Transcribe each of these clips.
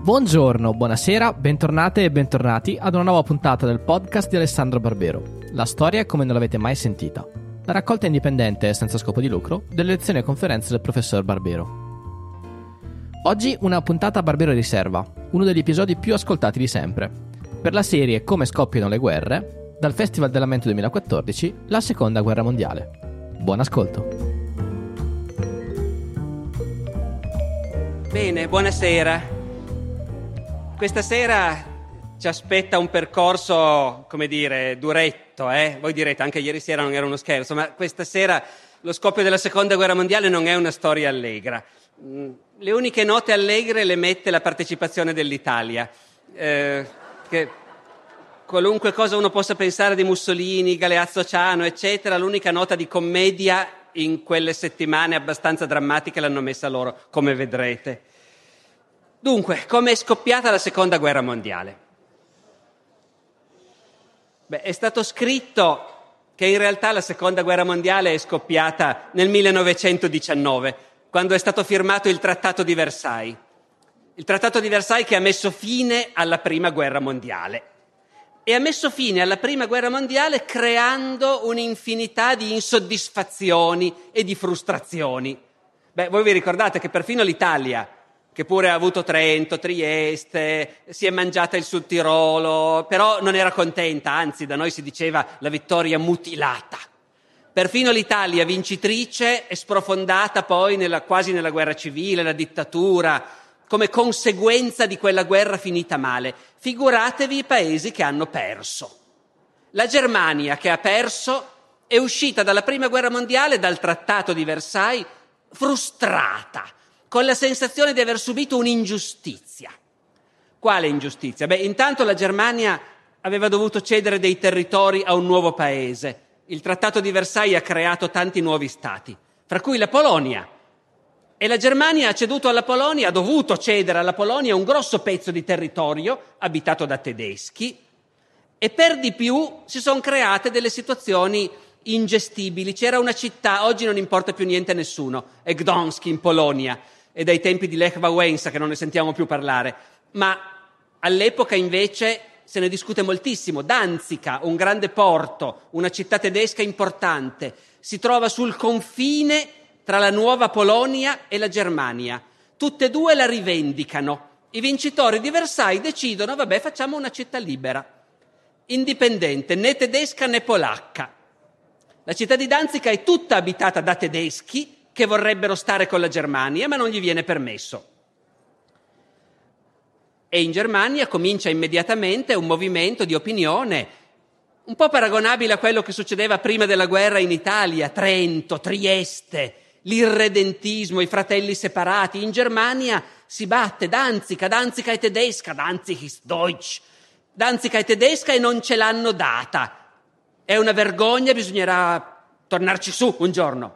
Buongiorno, buonasera, bentornate e bentornati ad una nuova puntata del podcast di Alessandro Barbero. La storia come non l'avete mai sentita. La raccolta indipendente e senza scopo di lucro delle lezioni e conferenze del professor Barbero. Oggi una puntata a Barbero Riserva, uno degli episodi più ascoltati di sempre. Per la serie Come scoppiano le guerre, dal Festival del Lamento 2014, la Seconda Guerra Mondiale. Buon ascolto. Bene, buonasera. Questa sera ci aspetta un percorso, come dire, duretto, Voi direte, anche ieri sera non era uno scherzo, ma questa sera lo scoppio della Seconda Guerra Mondiale non è una storia allegra. Le uniche note allegre le mette la partecipazione dell'Italia, che qualunque cosa uno possa pensare di Mussolini, Galeazzo Ciano, eccetera, l'unica nota di commedia in quelle settimane abbastanza drammatiche l'hanno messa loro, come vedrete. Dunque, come è scoppiata la Seconda Guerra Mondiale? È stato scritto che in realtà la Seconda Guerra Mondiale è scoppiata nel 1919, quando è stato firmato il Trattato di Versailles. Il Trattato di Versailles che ha messo fine alla Prima Guerra Mondiale. E ha messo fine alla Prima Guerra Mondiale creando un'infinità di insoddisfazioni e di frustrazioni. Voi vi ricordate che perfino l'Italia, che pure ha avuto Trento, Trieste, si è mangiata il Sud Tirolo, però non era contenta, anzi da noi si diceva la vittoria mutilata. Perfino l'Italia vincitrice è sprofondata poi quasi nella guerra civile, la dittatura, come conseguenza di quella guerra finita male. Figuratevi i paesi che hanno perso. La Germania, che ha perso, è uscita dalla Prima Guerra Mondiale, dal Trattato di Versailles, frustrata, con la sensazione di aver subito un'ingiustizia. Quale ingiustizia? Intanto la Germania aveva dovuto cedere dei territori a un nuovo paese. Il Trattato di Versailles ha creato tanti nuovi stati, fra cui la Polonia. E la Germania ha ceduto alla Polonia, ha dovuto cedere alla Polonia un grosso pezzo di territorio abitato da tedeschi, e per di più si sono create delle situazioni ingestibili. C'era una città, oggi non importa più niente a nessuno, è Gdańsk in Polonia, è dai tempi di Lech Wałęsa che non ne sentiamo più parlare, ma all'epoca invece se ne discute moltissimo. Danzica, un grande porto, una città tedesca importante, si trova sul confine tra la nuova Polonia e la Germania. Tutte e due la rivendicano. I vincitori di Versailles decidono, facciamo una città libera, indipendente, né tedesca né polacca. La città di Danzica è tutta abitata da tedeschi che vorrebbero stare con la Germania, ma non gli viene permesso. E in Germania comincia immediatamente un movimento di opinione un po' paragonabile a quello che succedeva prima della guerra in Italia, Trento, Trieste, l'irredentismo, i fratelli separati. In Germania si batte Danzica è tedesca, Danzig ist deutsch. Danzica è tedesca e non ce l'hanno data. È una vergogna, bisognerà tornarci su un giorno.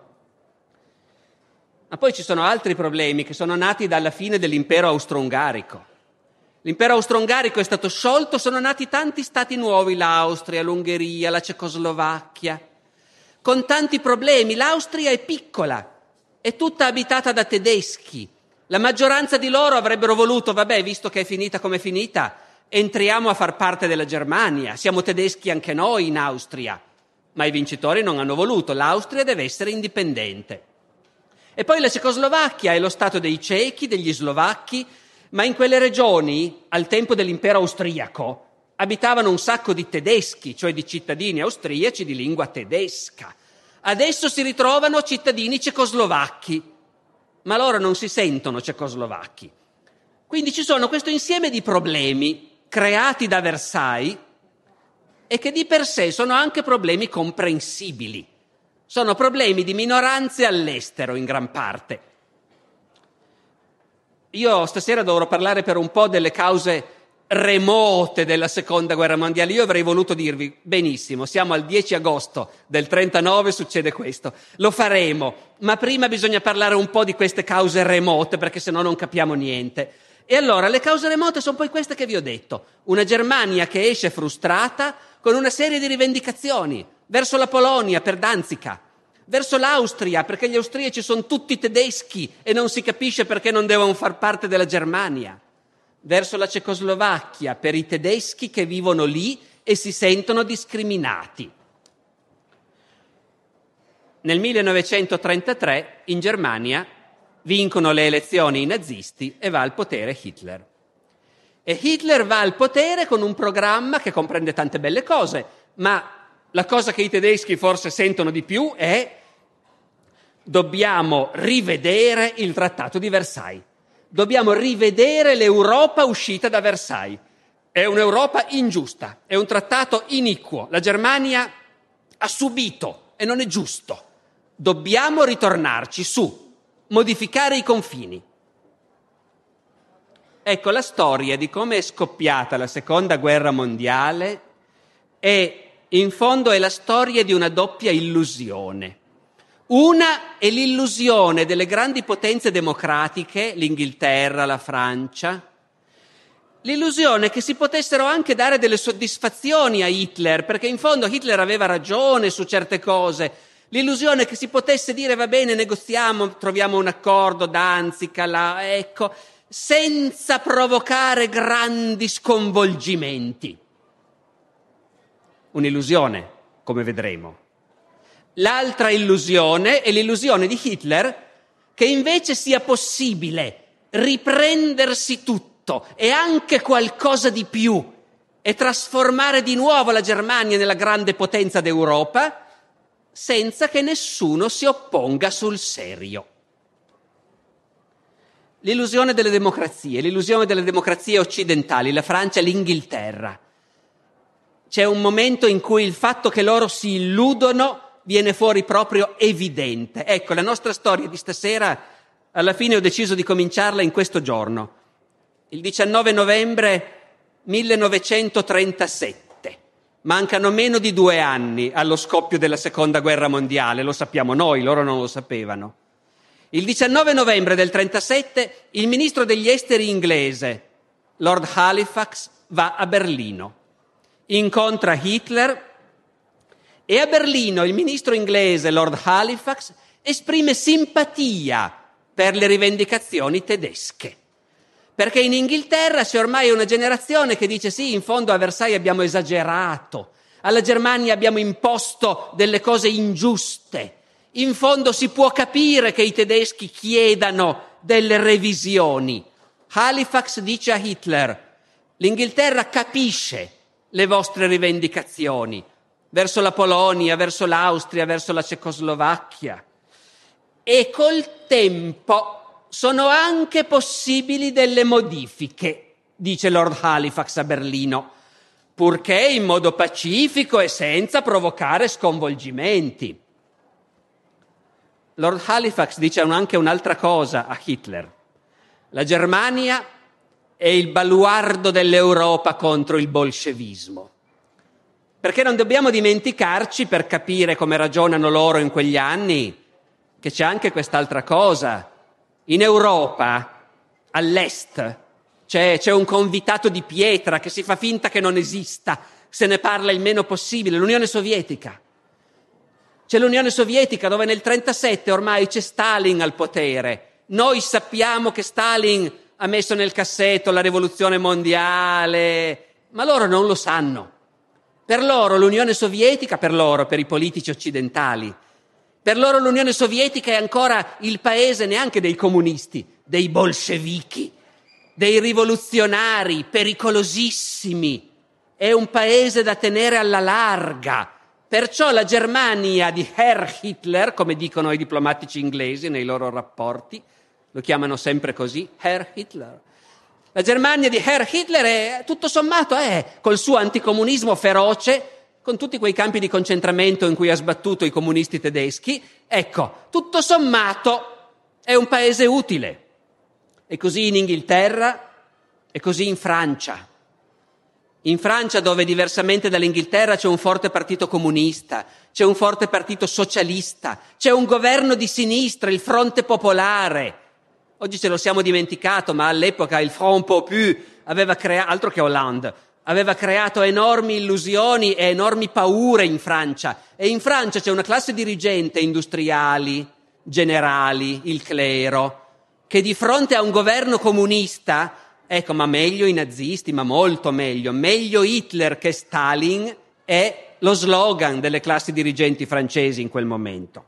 Ma poi ci sono altri problemi che sono nati dalla fine dell'impero austro-ungarico. L'impero austro-ungarico è stato sciolto, sono nati tanti stati nuovi, l'Austria, l'Ungheria, la Cecoslovacchia, con tanti problemi. L'Austria è piccola, è tutta abitata da tedeschi. La maggioranza di loro avrebbero voluto, visto che è finita come è finita, entriamo a far parte della Germania, siamo tedeschi anche noi in Austria. Ma i vincitori non hanno voluto, l'Austria deve essere indipendente. E poi la Cecoslovacchia è lo stato dei cechi, degli slovacchi, ma in quelle regioni, al tempo dell'impero austriaco, abitavano un sacco di tedeschi, cioè di cittadini austriaci di lingua tedesca. Adesso si ritrovano cittadini cecoslovacchi, ma loro non si sentono cecoslovacchi. Quindi ci sono questo insieme di problemi creati da Versailles e che di per sé sono anche problemi comprensibili. Sono problemi di minoranze all'estero in gran parte. Io stasera dovrò parlare per un po' delle cause remote della Seconda Guerra Mondiale. Io avrei voluto dirvi, benissimo, siamo al 10 agosto del 39, succede questo. Lo faremo, ma prima bisogna parlare un po' di queste cause remote, perché sennò non capiamo niente. E allora, le cause remote sono poi queste che vi ho detto. Una Germania che esce frustrata con una serie di rivendicazioni verso la Polonia per Danzica, verso l'Austria perché gli austriaci sono tutti tedeschi e non si capisce perché non devono far parte della Germania, verso la Cecoslovacchia per i tedeschi che vivono lì e si sentono discriminati. Nel 1933 in Germania vincono le elezioni i nazisti e va al potere Hitler. E Hitler va al potere con un programma che comprende tante belle cose, ma la cosa che i tedeschi forse sentono di più è: dobbiamo rivedere il Trattato di Versailles, dobbiamo rivedere l'Europa uscita da Versailles. È un'Europa ingiusta, è un trattato iniquo, la Germania ha subito e non è giusto. Dobbiamo ritornarci su, modificare i confini. Ecco, la storia di come è scoppiata la Seconda Guerra Mondiale in fondo è la storia di una doppia illusione. Una è l'illusione delle grandi potenze democratiche, l'Inghilterra, la Francia, l'illusione che si potessero anche dare delle soddisfazioni a Hitler, perché in fondo Hitler aveva ragione su certe cose. L'illusione che si potesse dire: va bene, negoziamo, troviamo un accordo, Danzica, ecco, senza provocare grandi sconvolgimenti. Un'illusione, come vedremo. L'altra illusione è l'illusione di Hitler che invece sia possibile riprendersi tutto e anche qualcosa di più e trasformare di nuovo la Germania nella grande potenza d'Europa senza che nessuno si opponga sul serio. L'illusione delle democrazie occidentali, la Francia e l'Inghilterra. C'è un momento in cui il fatto che loro si illudono viene fuori proprio evidente. Ecco, la nostra storia di stasera, alla fine ho deciso di cominciarla in questo giorno, il 19 novembre 1937. Mancano meno di 2 anni allo scoppio della Seconda Guerra Mondiale, lo sappiamo noi, loro non lo sapevano. Il 19 novembre del 1937 il ministro degli esteri inglese, Lord Halifax, va a Berlino, incontra Hitler e a Berlino il ministro inglese, Lord Halifax, esprime simpatia per le rivendicazioni tedesche. Perché in Inghilterra c'è ormai una generazione che dice: sì, in fondo a Versailles abbiamo esagerato, alla Germania abbiamo imposto delle cose ingiuste, in fondo si può capire che i tedeschi chiedano delle revisioni. Halifax dice a Hitler: l'Inghilterra capisce le vostre rivendicazioni verso la Polonia, verso l'Austria, verso la Cecoslovacchia, e col tempo sono anche possibili delle modifiche, dice Lord Halifax a Berlino, purché in modo pacifico e senza provocare sconvolgimenti. Lord Halifax dice anche un'altra cosa a Hitler: la Germania è il baluardo dell'Europa contro il bolscevismo. Perché non dobbiamo dimenticarci, per capire come ragionano loro in quegli anni, che c'è anche quest'altra cosa. In Europa, all'est, c'è un convitato di pietra che si fa finta che non esista, se ne parla il meno possibile, l'Unione Sovietica. C'è l'Unione Sovietica dove nel 1937 ormai c'è Stalin al potere. Noi sappiamo che Stalin ha messo nel cassetto la rivoluzione mondiale, ma loro non lo sanno. Per loro l'Unione Sovietica, per i politici occidentali, per loro l'Unione Sovietica è ancora il paese neanche dei comunisti, dei bolscevichi, dei rivoluzionari pericolosissimi. È un paese da tenere alla larga. Perciò la Germania di Herr Hitler, come dicono i diplomatici inglesi nei loro rapporti, lo chiamano sempre così, Herr Hitler. La Germania di Herr Hitler è, tutto sommato, col suo anticomunismo feroce, con tutti quei campi di concentramento in cui ha sbattuto i comunisti tedeschi, ecco, tutto sommato è un paese utile. E così in Inghilterra, e così in Francia. In Francia, dove diversamente dall'Inghilterra c'è un forte partito comunista, c'è un forte partito socialista, c'è un governo di sinistra, il Fronte Popolare. Oggi ce lo siamo dimenticato, ma all'epoca il Front Populaire aveva creato, altro che Hollande, aveva creato enormi illusioni e enormi paure in Francia. E in Francia c'è una classe dirigente, industriali, generali, il clero, che di fronte a un governo comunista Ecco, ma meglio i nazisti, ma molto meglio. Meglio Hitler che Stalin è lo slogan delle classi dirigenti francesi in quel momento.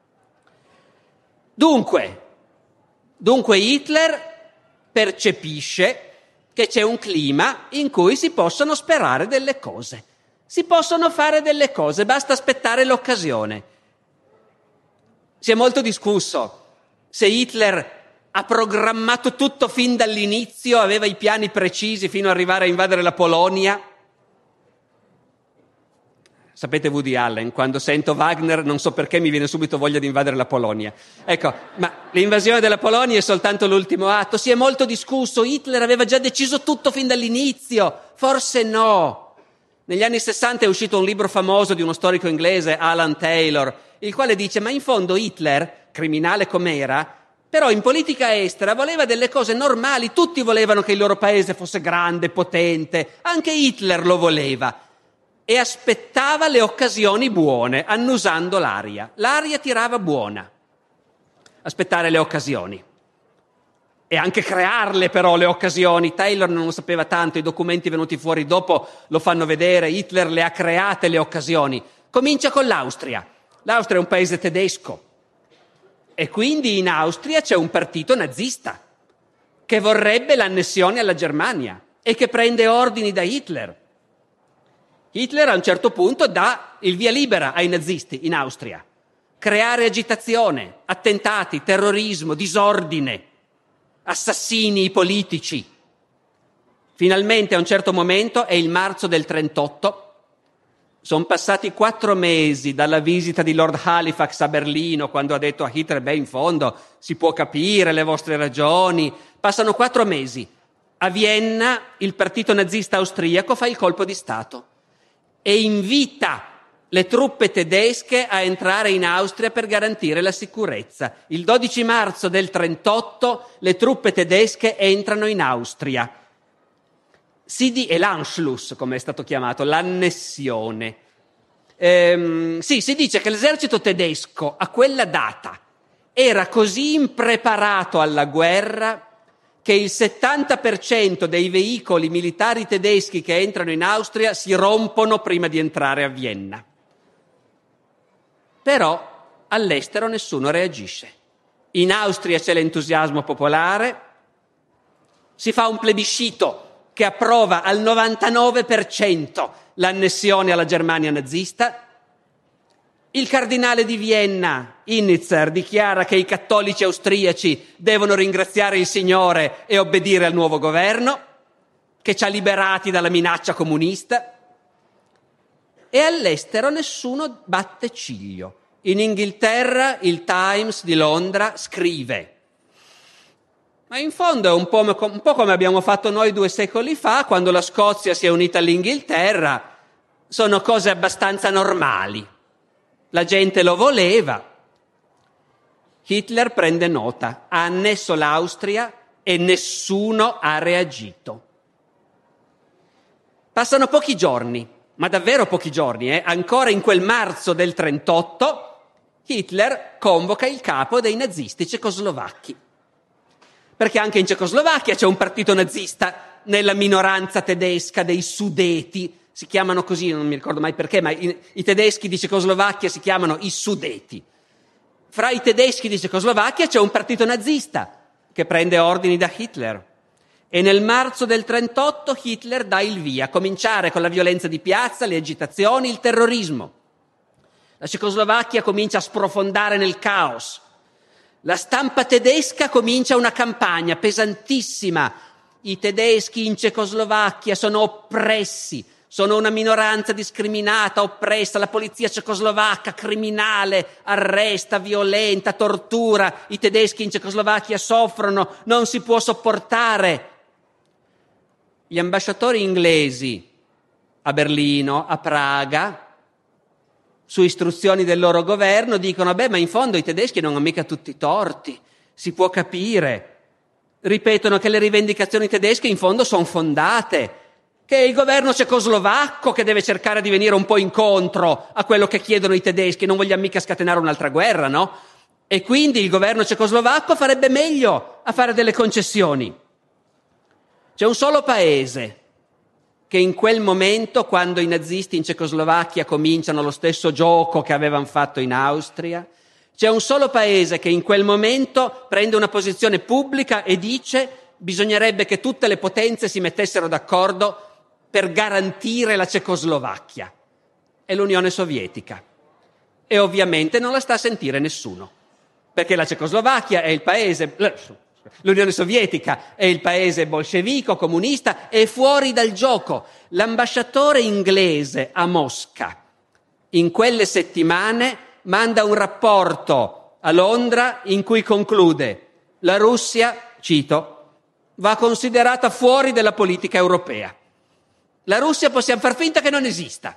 Dunque Hitler percepisce che c'è un clima in cui si possono sperare delle cose, si possono fare delle cose, basta aspettare l'occasione. Si è molto discusso se Hitler ha programmato tutto fin dall'inizio, aveva i piani precisi fino ad arrivare a invadere la Polonia. Sapete Woody Allen, quando sento Wagner non so perché mi viene subito voglia di invadere la Polonia. Ecco, ma l'invasione della Polonia è soltanto l'ultimo atto. Si è molto discusso, Hitler aveva già deciso tutto fin dall'inizio. Forse no. Negli anni 60 è uscito un libro famoso di uno storico inglese, Alan Taylor, il quale dice, ma in fondo Hitler, criminale com'era, però in politica estera voleva delle cose normali. Tutti volevano che il loro paese fosse grande, potente. Anche Hitler lo voleva. E aspettava le occasioni buone, annusando l'aria. L'aria tirava buona. Aspettare le occasioni. E anche crearle però le occasioni. Taylor non lo sapeva tanto, i documenti venuti fuori dopo lo fanno vedere. Hitler le ha create le occasioni. Comincia con l'Austria. L'Austria è un paese tedesco. E quindi in Austria c'è un partito nazista che vorrebbe l'annessione alla Germania e che prende ordini da Hitler. Hitler a un certo punto dà il via libera ai nazisti in Austria. Creare agitazione, attentati, terrorismo, disordine, assassini politici. Finalmente a un certo momento, è il marzo del 1938, sono passati 4 mesi dalla visita di Lord Halifax a Berlino, quando ha detto a Hitler, in fondo si può capire le vostre ragioni. Passano 4 mesi. A Vienna il partito nazista austriaco fa il colpo di Stato e invita le truppe tedesche a entrare in Austria per garantire la sicurezza. Il 12 marzo del 1938 le truppe tedesche entrano in Austria. È l'Anschluss, come è stato chiamato, l'annessione. Si dice che l'esercito tedesco a quella data era così impreparato alla guerra che il 70% dei veicoli militari tedeschi che entrano in Austria si rompono prima di entrare a Vienna. Però all'estero nessuno reagisce. In Austria c'è l'entusiasmo popolare, si fa un plebiscito che approva al 99% l'annessione alla Germania nazista. Il cardinale di Vienna, Innitzer, dichiara che i cattolici austriaci devono ringraziare il Signore e obbedire al nuovo governo, che ci ha liberati dalla minaccia comunista. E all'estero nessuno batte ciglio. In Inghilterra il Times di Londra scrive: ma in fondo è un po' come abbiamo fatto noi 2 secoli fa, quando la Scozia si è unita all'Inghilterra. Sono cose abbastanza normali. La gente lo voleva. Hitler prende nota, ha annesso l'Austria e nessuno ha reagito. Passano pochi giorni, ma davvero pochi giorni, ancora in quel marzo del 1938, Hitler convoca il capo dei nazisti cecoslovacchi. Perché anche in Cecoslovacchia c'è un partito nazista nella minoranza tedesca dei Sudeti, si chiamano così, non mi ricordo mai perché, ma i tedeschi di Cecoslovacchia si chiamano i Sudeti. Fra i tedeschi di Cecoslovacchia c'è un partito nazista che prende ordini da Hitler. E nel marzo del 1938 Hitler dà il via, a cominciare con la violenza di piazza, le agitazioni, il terrorismo. La Cecoslovacchia comincia a sprofondare nel caos. La stampa tedesca comincia una campagna pesantissima. I tedeschi in Cecoslovacchia sono oppressi, sono una minoranza discriminata, oppressa. La polizia cecoslovacca, criminale, arresta, violenta, tortura. I tedeschi in Cecoslovacchia soffrono, non si può sopportare. Gli ambasciatori inglesi a Berlino, a Praga, su istruzioni del loro governo, dicono: ma in fondo i tedeschi non hanno mica tutti i torti, si può capire. Ripetono che le rivendicazioni tedesche in fondo sono fondate, che è il governo cecoslovacco che deve cercare di venire un po' incontro a quello che chiedono i tedeschi, non vogliamo mica scatenare un'altra guerra, no? E quindi il governo cecoslovacco farebbe meglio a fare delle concessioni. C'è un solo paese che in quel momento, quando i nazisti in Cecoslovacchia cominciano lo stesso gioco che avevano fatto in Austria, c'è un solo paese che in quel momento prende una posizione pubblica e dice: bisognerebbe che tutte le potenze si mettessero d'accordo per garantire la Cecoslovacchia. È l'Unione Sovietica. E ovviamente non la sta a sentire nessuno, perché la Cecoslovacchia è il paese, l'Unione Sovietica è il paese bolscevico, comunista, è fuori dal gioco. L'ambasciatore inglese a Mosca in quelle settimane manda un rapporto a Londra in cui conclude: la Russia, cito, va considerata fuori dalla politica europea. La Russia possiamo far finta che non esista.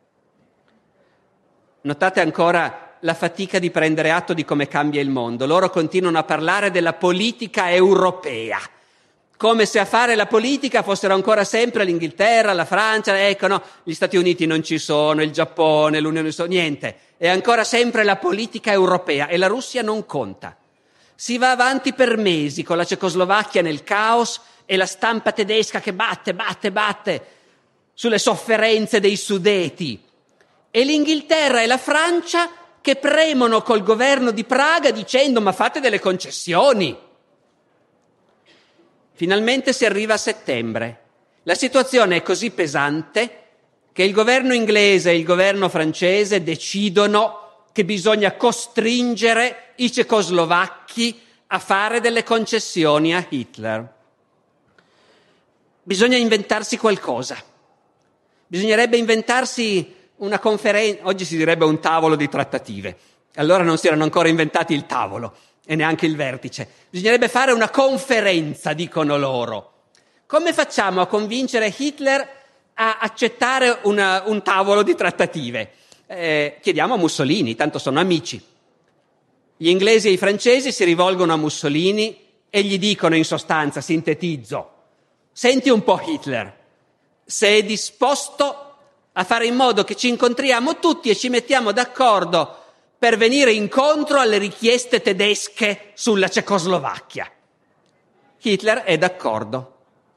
Notate ancora la fatica di prendere atto di come cambia il mondo. Loro continuano a parlare della politica europea, come se a fare la politica fossero ancora sempre l'Inghilterra, la Francia, ecco no, gli Stati Uniti non ci sono, il Giappone, l'Unione Sovietica, niente. È ancora sempre la politica europea e la Russia non conta. Si va avanti per mesi con la Cecoslovacchia nel caos e la stampa tedesca che batte sulle sofferenze dei Sudeti. E l'Inghilterra e la Francia che premono col governo di Praga dicendo: ma fate delle concessioni. Finalmente si arriva a settembre. La situazione è così pesante che il governo inglese e il governo francese decidono che bisogna costringere i cecoslovacchi a fare delle concessioni a Hitler. Bisogna inventarsi qualcosa. Bisognerebbe inventarsi una conferenza, oggi si direbbe un tavolo di trattative. Allora non si erano ancora inventati il tavolo e neanche il vertice. Bisognerebbe fare una conferenza, dicono loro. Come facciamo a convincere Hitler a accettare un tavolo di trattative? Chiediamo a Mussolini, tanto sono amici. Gli inglesi e i francesi si rivolgono a Mussolini e gli dicono in sostanza, sintetizzo: senti un po' Hitler, se è disposto a fare in modo che ci incontriamo tutti e ci mettiamo d'accordo per venire incontro alle richieste tedesche sulla Cecoslovacchia. Hitler è d'accordo.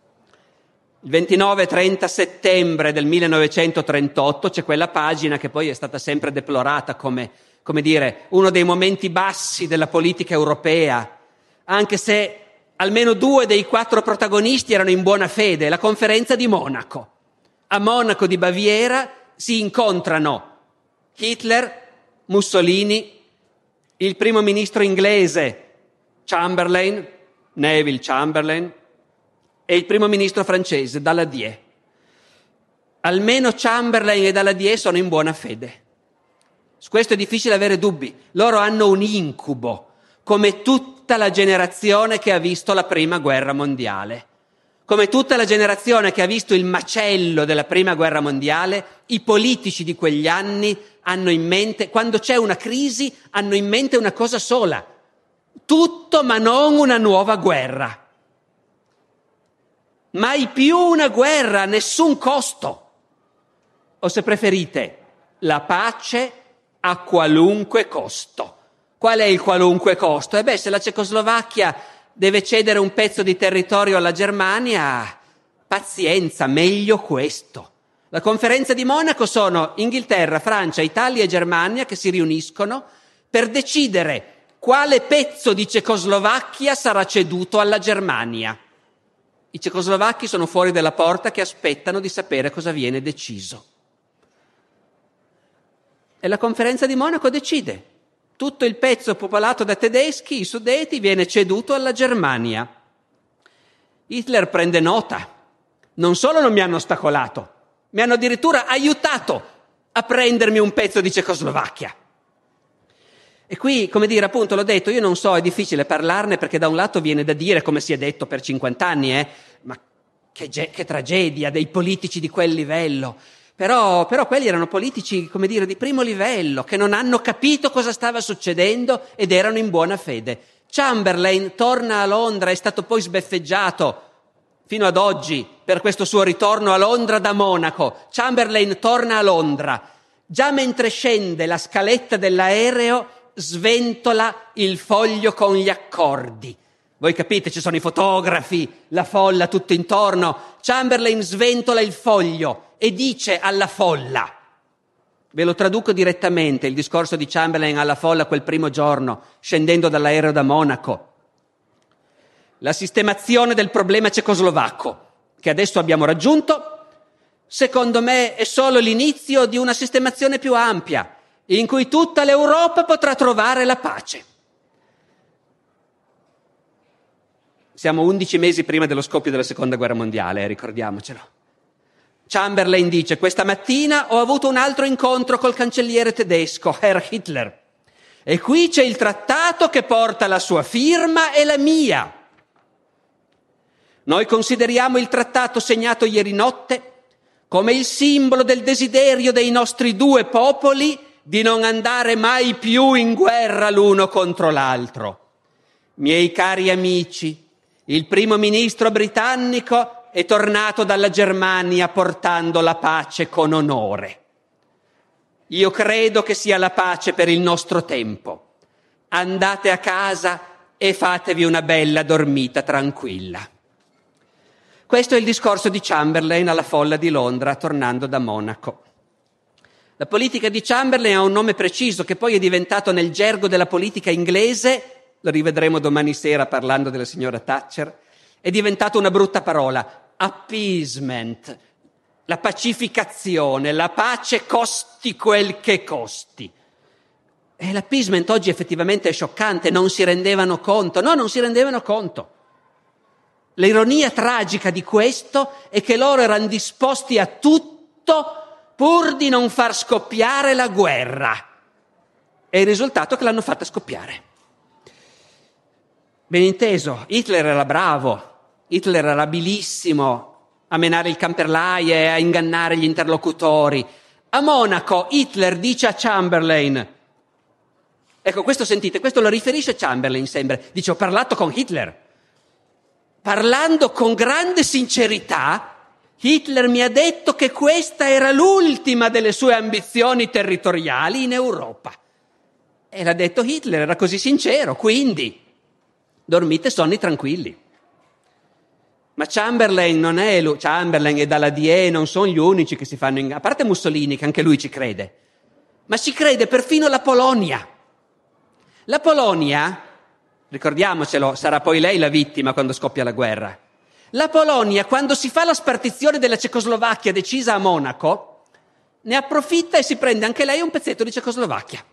Il 29-30 settembre del 1938 c'è quella pagina che poi è stata sempre deplorata come dire, uno dei momenti bassi della politica europea, anche se almeno 2 dei 4 protagonisti erano in buona fede, la conferenza di Monaco. A Monaco di Baviera si incontrano Hitler, Mussolini, il primo ministro inglese Chamberlain, Neville Chamberlain, e il primo ministro francese Daladier. Almeno Chamberlain e Daladier sono in buona fede. Su questo è difficile avere dubbi. Loro hanno un incubo, come tutta la generazione che ha visto la Prima Guerra Mondiale. Come tutta la generazione che ha visto il macello della Prima Guerra Mondiale, i politici di quegli anni hanno in mente, quando c'è una crisi, hanno in mente una cosa sola: tutto ma non una nuova guerra. Mai più una guerra a nessun costo. O se preferite, la pace a qualunque costo. Qual è il qualunque costo? Se la Cecoslovacchia deve cedere un pezzo di territorio alla Germania, pazienza, meglio questo. La conferenza di Monaco sono Inghilterra, Francia, Italia e Germania che si riuniscono per decidere quale pezzo di Cecoslovacchia sarà ceduto alla Germania. I cecoslovacchi sono fuori dalla porta che aspettano di sapere cosa viene deciso. E la conferenza di Monaco decide: tutto il pezzo popolato da tedeschi, i Sudeti, viene ceduto alla Germania. Hitler prende nota. Non solo non mi hanno ostacolato, mi hanno addirittura aiutato a prendermi un pezzo di Cecoslovacchia. E qui, come dire, appunto, l'ho detto, io non so, è difficile parlarne perché da un lato viene da dire, come si è detto per 50 anni, ma che tragedia dei politici di quel livello. Però quelli erano politici, come dire, di primo livello, che non hanno capito cosa stava succedendo ed erano in buona fede. Chamberlain torna a Londra, è stato poi sbeffeggiato fino ad oggi per questo suo ritorno a Londra da Monaco. Chamberlain torna a Londra. Già mentre scende la scaletta dell'aereo sventola il foglio con gli accordi. Voi capite, ci sono i fotografi, la folla tutto intorno. Chamberlain sventola il foglio e dice alla folla, ve lo traduco direttamente, il discorso di Chamberlain alla folla quel primo giorno, scendendo dall'aereo da Monaco. La sistemazione del problema cecoslovacco, che adesso abbiamo raggiunto, secondo me è solo l'inizio di una sistemazione più ampia, in cui tutta l'Europa potrà trovare la pace. Siamo 11 mesi prima dello scoppio della Seconda Guerra Mondiale, ricordiamocelo. Chamberlain dice, questa mattina ho avuto un altro incontro col cancelliere tedesco, Herr Hitler, e qui c'è il trattato che porta la sua firma e la mia. Noi consideriamo il trattato segnato ieri notte come il simbolo del desiderio dei nostri due popoli di non andare mai più in guerra l'uno contro l'altro. Miei cari amici, il primo ministro britannico è tornato dalla Germania portando la pace con onore. Io credo che sia la pace per il nostro tempo. Andate a casa e fatevi una bella dormita tranquilla. Questo è il discorso di Chamberlain alla folla di Londra, tornando da Monaco. La politica di Chamberlain ha un nome preciso che poi è diventato nel gergo della politica inglese, lo rivedremo domani sera parlando della signora Thatcher, è diventata una brutta parola, appeasement, la pacificazione, la pace costi quel che costi. E l'appeasement oggi effettivamente è scioccante, non si rendevano conto. L'ironia tragica di questo è che loro erano disposti a tutto pur di non far scoppiare la guerra. E il risultato è che l'hanno fatta scoppiare. Ben inteso, Hitler era bravo, Hitler era abilissimo a menare il camperlaie e a ingannare gli interlocutori. A Monaco Hitler dice a Chamberlain, ecco questo sentite, questo lo riferisce Chamberlain sembra, dice ho parlato con Hitler. Parlando con grande sincerità, Hitler mi ha detto che questa era l'ultima delle sue ambizioni territoriali in Europa. E l'ha detto Hitler, era così sincero, quindi dormite sonni tranquilli. Ma Chamberlain non è lui, Chamberlain e Daladier non sono gli unici che si fanno a parte Mussolini, che anche lui ci crede, ma ci crede perfino la Polonia. La Polonia, ricordiamocelo, sarà poi lei la vittima quando scoppia la guerra. La Polonia, quando si fa la spartizione della Cecoslovacchia decisa a Monaco, ne approfitta e si prende anche lei un pezzetto di Cecoslovacchia.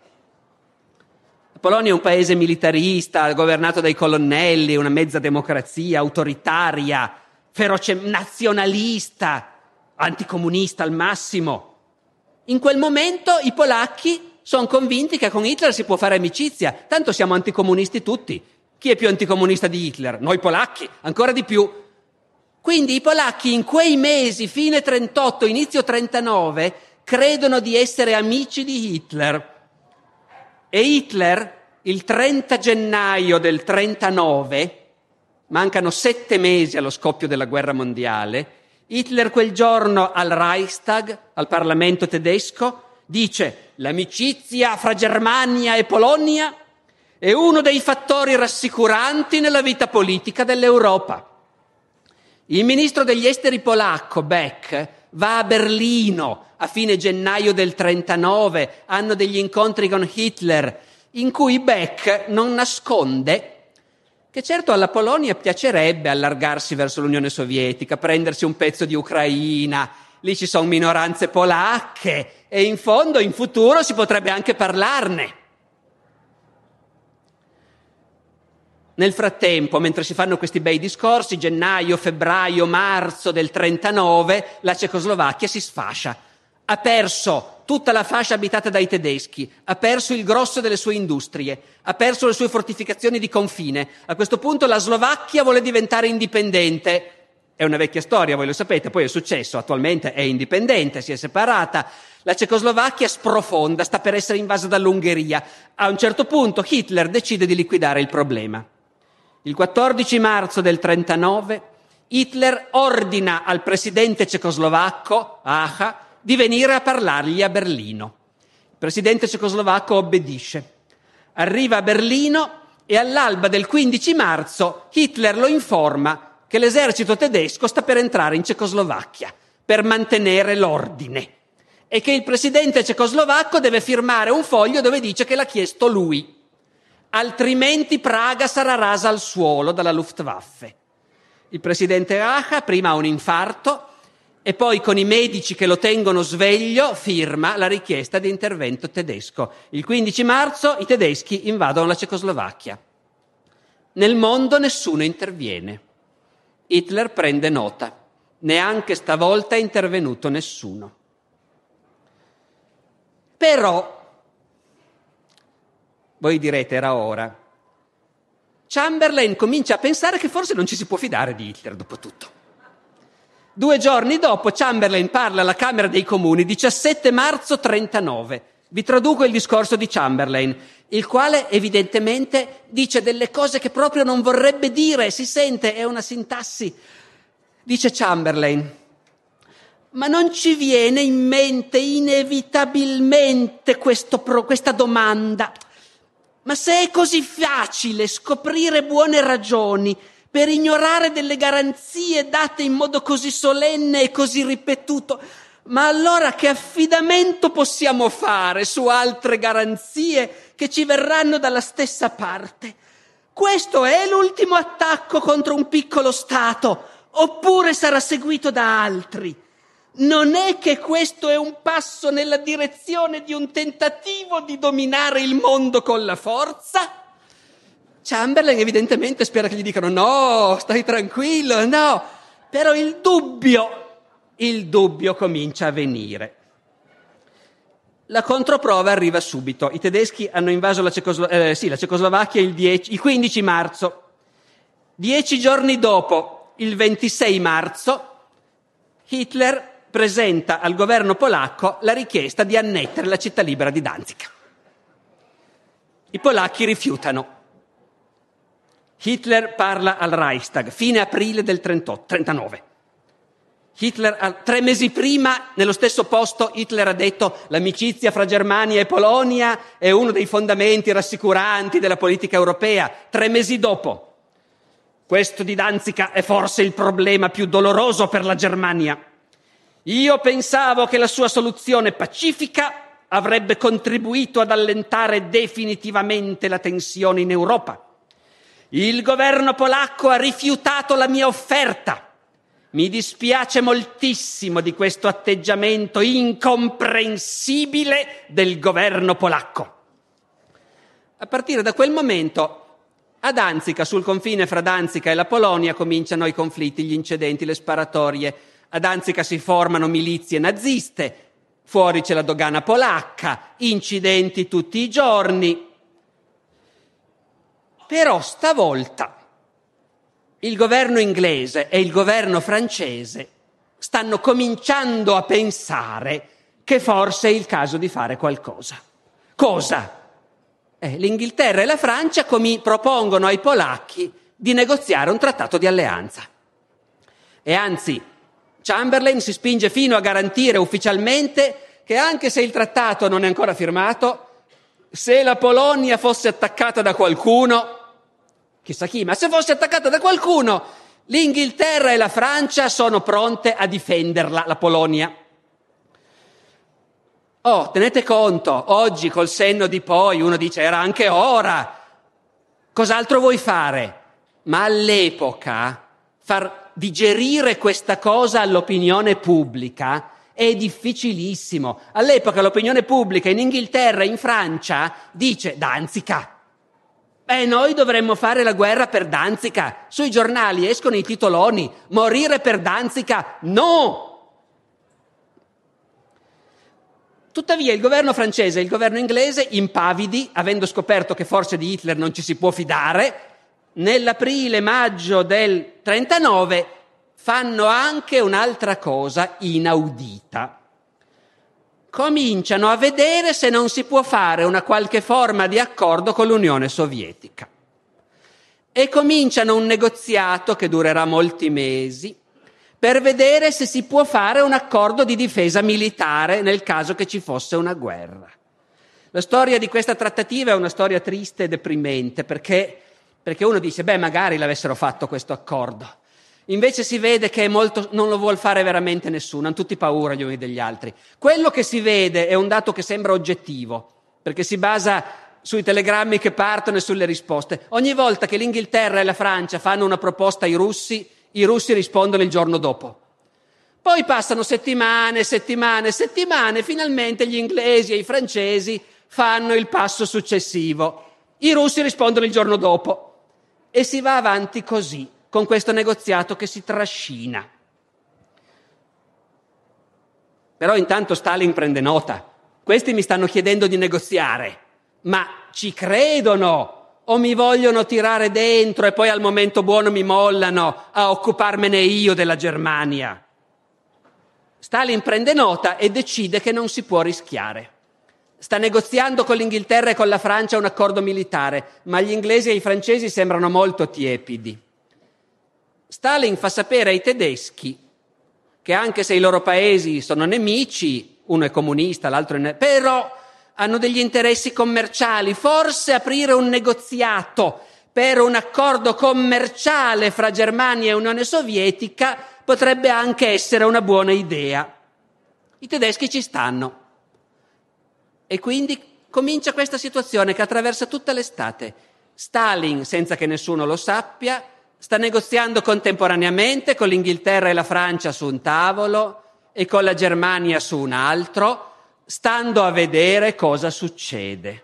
La Polonia è un paese militarista, governato dai colonnelli, una mezza democrazia, autoritaria, feroce, nazionalista, anticomunista al massimo. In quel momento i polacchi sono convinti che con Hitler si può fare amicizia, tanto siamo anticomunisti tutti. Chi è più anticomunista di Hitler? Noi polacchi, ancora di più. Quindi i polacchi in quei mesi, fine 38, inizio 39, credono di essere amici di Hitler. E Hitler, il 30 gennaio del 39, mancano 7 mesi allo scoppio della guerra mondiale, Hitler quel giorno al Reichstag, al Parlamento tedesco, dice l'amicizia fra Germania e Polonia è uno dei fattori rassicuranti nella vita politica dell'Europa. Il ministro degli esteri polacco, Beck, va a Berlino a fine gennaio del 39, hanno degli incontri con Hitler, in cui Beck non nasconde che certo alla Polonia piacerebbe allargarsi verso l'Unione Sovietica, prendersi un pezzo di Ucraina, lì ci sono minoranze polacche e in fondo in futuro si potrebbe anche parlarne. Nel frattempo, mentre si fanno questi bei discorsi, gennaio, febbraio, marzo del 39, la Cecoslovacchia si sfascia. Ha perso tutta la fascia abitata dai tedeschi, ha perso il grosso delle sue industrie, ha perso le sue fortificazioni di confine. A questo punto la Slovacchia vuole diventare indipendente. È una vecchia storia, voi lo sapete, poi è successo, attualmente è indipendente, si è separata. La Cecoslovacchia sprofonda, sta per essere invasa dall'Ungheria. A un certo punto Hitler decide di liquidare il problema. Il 14 marzo del 39 Hitler ordina al presidente cecoslovacco, Hacha, di venire a parlargli a Berlino. Il presidente cecoslovacco obbedisce. Arriva a Berlino e all'alba del 15 marzo Hitler lo informa che l'esercito tedesco sta per entrare in Cecoslovacchia per mantenere l'ordine e che il presidente cecoslovacco deve firmare un foglio dove dice che l'ha chiesto lui, altrimenti Praga sarà rasa al suolo dalla Luftwaffe. Il presidente Racha prima ha un infarto e poi con i medici che lo tengono sveglio firma la richiesta di intervento tedesco. Il 15 marzo i tedeschi invadono la Cecoslovacchia. Nel mondo nessuno interviene. Hitler prende nota. Neanche stavolta è intervenuto nessuno. Però, voi direte, era ora. Chamberlain comincia a pensare che forse non ci si può fidare di Hitler, dopo tutto. 2 giorni dopo Chamberlain parla alla Camera dei Comuni, 17 marzo 39. Vi traduco il discorso di Chamberlain, il quale evidentemente dice delle cose che proprio non vorrebbe dire, si sente, è una sintassi. Dice Chamberlain: ma non ci viene in mente inevitabilmente questa domanda? Ma se è così facile scoprire buone ragioni per ignorare delle garanzie date in modo così solenne e così ripetuto, ma allora che affidamento possiamo fare su altre garanzie che ci verranno dalla stessa parte? Questo è l'ultimo attacco contro un piccolo Stato, oppure sarà seguito da altri? Non è che questo è un passo nella direzione di un tentativo di dominare il mondo con la forza? Chamberlain evidentemente spera che gli dicano no, stai tranquillo, no. Però il dubbio comincia a venire. La controprova arriva subito. I tedeschi hanno invaso la Cecoslovacchia il 15 marzo. 10 giorni dopo, il 26 marzo, Hitler presenta al governo polacco la richiesta di annettere la città libera di Danzica. I polacchi rifiutano. Hitler parla al Reichstag, fine aprile del 39. Hitler, 3 mesi prima, nello stesso posto, Hitler ha detto: l'amicizia fra Germania e Polonia è uno dei fondamenti rassicuranti della politica europea. 3 mesi dopo: questo di Danzica è forse il problema più doloroso per la Germania. Io pensavo che la sua soluzione pacifica avrebbe contribuito ad allentare definitivamente la tensione in Europa. Il governo polacco ha rifiutato la mia offerta. Mi dispiace moltissimo di questo atteggiamento incomprensibile del governo polacco. A partire da quel momento, a Danzica, sul confine fra Danzica e la Polonia, cominciano i conflitti, gli incidenti, le sparatorie. A Danzica si formano milizie naziste, fuori c'è la dogana polacca, incidenti tutti i giorni. Però stavolta il governo inglese e il governo francese stanno cominciando a pensare che forse è il caso di fare qualcosa. Cosa? L'Inghilterra e la Francia propongono ai polacchi di negoziare un trattato di alleanza. E anzi, Chamberlain si spinge fino a garantire ufficialmente che anche se il trattato non è ancora firmato, se la Polonia fosse attaccata da qualcuno, chissà chi, ma se fosse attaccata da qualcuno, l'Inghilterra e la Francia sono pronte a difenderla, la Polonia. Tenete conto, oggi col senno di poi uno dice era anche ora, cos'altro vuoi fare? Ma all'epoca far digerire questa cosa all'opinione pubblica è difficilissimo. All'epoca l'opinione pubblica in Inghilterra e in Francia dice Danzica. Noi dovremmo fare la guerra per Danzica. Sui giornali escono i titoloni: morire per Danzica, no! Tuttavia il governo francese e il governo inglese, impavidi, avendo scoperto che forse di Hitler non ci si può fidare, nell'aprile-maggio del 39 fanno anche un'altra cosa inaudita. Cominciano a vedere se non si può fare una qualche forma di accordo con l'Unione Sovietica. E cominciano un negoziato che durerà molti mesi per vedere se si può fare un accordo di difesa militare nel caso che ci fosse una guerra. La storia di questa trattativa è una storia triste e deprimente, perché uno dice, magari l'avessero fatto questo accordo. Invece si vede che non lo vuol fare veramente nessuno, hanno tutti paura gli uni degli altri. Quello che si vede è un dato che sembra oggettivo, perché si basa sui telegrammi che partono e sulle risposte. Ogni volta che l'Inghilterra e la Francia fanno una proposta ai russi, i russi rispondono il giorno dopo. Poi passano settimane, finalmente gli inglesi e i francesi fanno il passo successivo. I russi rispondono il giorno dopo. E si va avanti così, con questo negoziato che si trascina. Però intanto Stalin prende nota. Questi mi stanno chiedendo di negoziare, ma ci credono o mi vogliono tirare dentro e poi al momento buono mi mollano a occuparmene io della Germania? Stalin prende nota e decide che non si può rischiare. Sta negoziando con l'Inghilterra e con la Francia un accordo militare, ma gli inglesi e i francesi sembrano molto tiepidi. Stalin fa sapere ai tedeschi che anche se i loro paesi sono nemici, uno è comunista, l'altro è però hanno degli interessi commerciali, forse aprire un negoziato per un accordo commerciale fra Germania e Unione Sovietica potrebbe anche essere una buona idea. I tedeschi ci stanno. E quindi comincia questa situazione che attraversa tutta l'estate. Stalin, senza che nessuno lo sappia, sta negoziando contemporaneamente con l'Inghilterra e la Francia su un tavolo e con la Germania su un altro, stando a vedere cosa succede.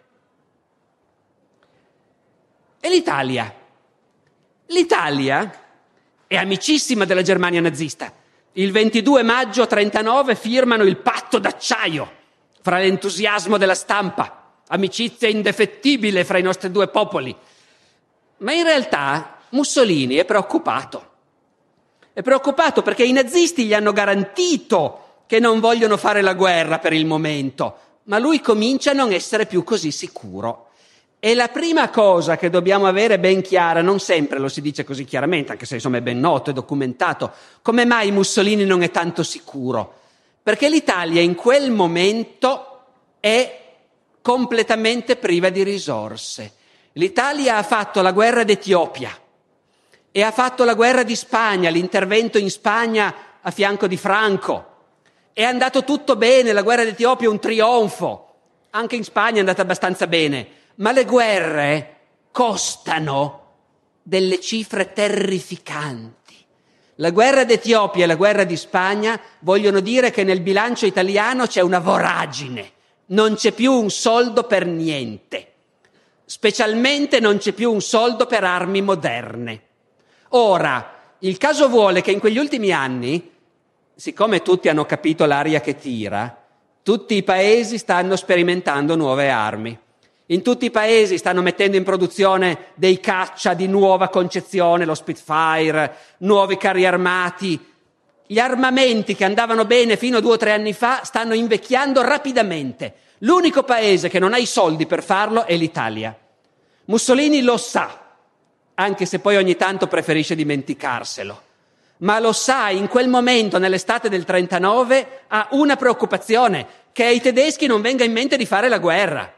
E l'Italia? L'Italia è amicissima della Germania nazista. Il 22 maggio 1939 firmano il patto d'acciaio fra l'entusiasmo della stampa, amicizia indefettibile fra i nostri due popoli. Ma in realtà Mussolini è preoccupato. È preoccupato perché i nazisti gli hanno garantito che non vogliono fare la guerra per il momento, ma lui comincia a non essere più così sicuro. E la prima cosa che dobbiamo avere ben chiara, non sempre lo si dice così chiaramente, anche se insomma è ben noto, è documentato, come mai Mussolini non è tanto sicuro? Perché l'Italia in quel momento è completamente priva di risorse. L'Italia ha fatto la guerra d'Etiopia e ha fatto la guerra di Spagna, l'intervento in Spagna a fianco di Franco. È andato tutto bene, la guerra d'Etiopia è un trionfo, anche in Spagna è andata abbastanza bene. Ma le guerre costano delle cifre terrificanti. La guerra d'Etiopia e la guerra di Spagna vogliono dire che nel bilancio italiano c'è una voragine, non c'è più un soldo per niente, specialmente non c'è più un soldo per armi moderne. Ora, il caso vuole che in quegli ultimi anni, siccome tutti hanno capito l'aria che tira, tutti i paesi stanno sperimentando nuove armi. In tutti i paesi stanno mettendo in produzione dei caccia di nuova concezione, lo Spitfire, nuovi carri armati. Gli armamenti che andavano bene fino a 2 o 3 anni fa stanno invecchiando rapidamente. L'unico paese che non ha i soldi per farlo è l'Italia. Mussolini lo sa, anche se poi ogni tanto preferisce dimenticarselo. Ma lo sa, in quel momento, nell'estate del 39, ha una preoccupazione, che ai tedeschi non venga in mente di fare la guerra.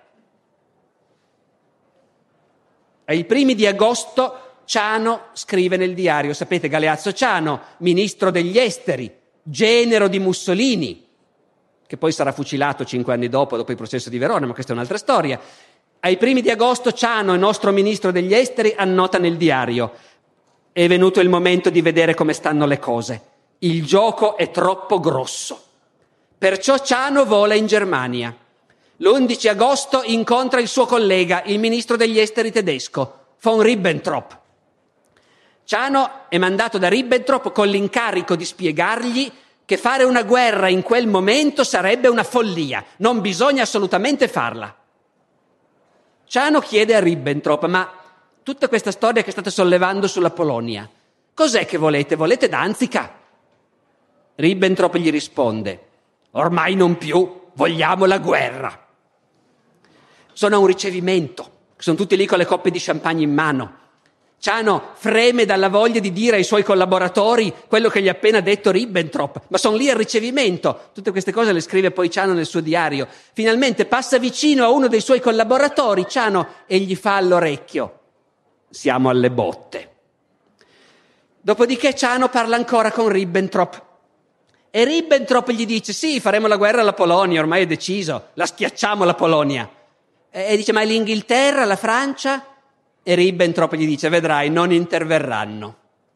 Ai primi di agosto Ciano scrive nel diario, sapete, Galeazzo Ciano, ministro degli esteri, genero di Mussolini, che poi sarà fucilato 5 anni dopo il processo di Verona, ma questa è un'altra storia. Ai primi di agosto Ciano, il nostro ministro degli esteri, annota nel diario: è venuto il momento di vedere come stanno le cose. Il gioco è troppo grosso. Perciò Ciano vola in Germania. L'11 agosto incontra il suo collega, il ministro degli esteri tedesco, von Ribbentrop. Ciano è mandato da Ribbentrop con l'incarico di spiegargli che fare una guerra in quel momento sarebbe una follia, non bisogna assolutamente farla. Ciano chiede a Ribbentrop: ma tutta questa storia che state sollevando sulla Polonia, cos'è che volete? Volete Danzica? Ribbentrop gli risponde: ormai non più, vogliamo la guerra. Sono a un ricevimento, sono tutti lì con le coppe di champagne in mano. Ciano freme dalla voglia di dire ai suoi collaboratori quello che gli ha appena detto Ribbentrop, ma sono lì al ricevimento. Tutte queste cose le scrive poi Ciano nel suo diario. Finalmente passa vicino a uno dei suoi collaboratori, Ciano, e gli fa all'orecchio: siamo alle botte. Dopodiché Ciano parla ancora con Ribbentrop. E Ribbentrop gli dice: sì, faremo la guerra alla Polonia, ormai è deciso, la schiacciamo la Polonia. E dice: ma l'Inghilterra, la Francia? E Ribbentrop gli dice: vedrai, non interverranno.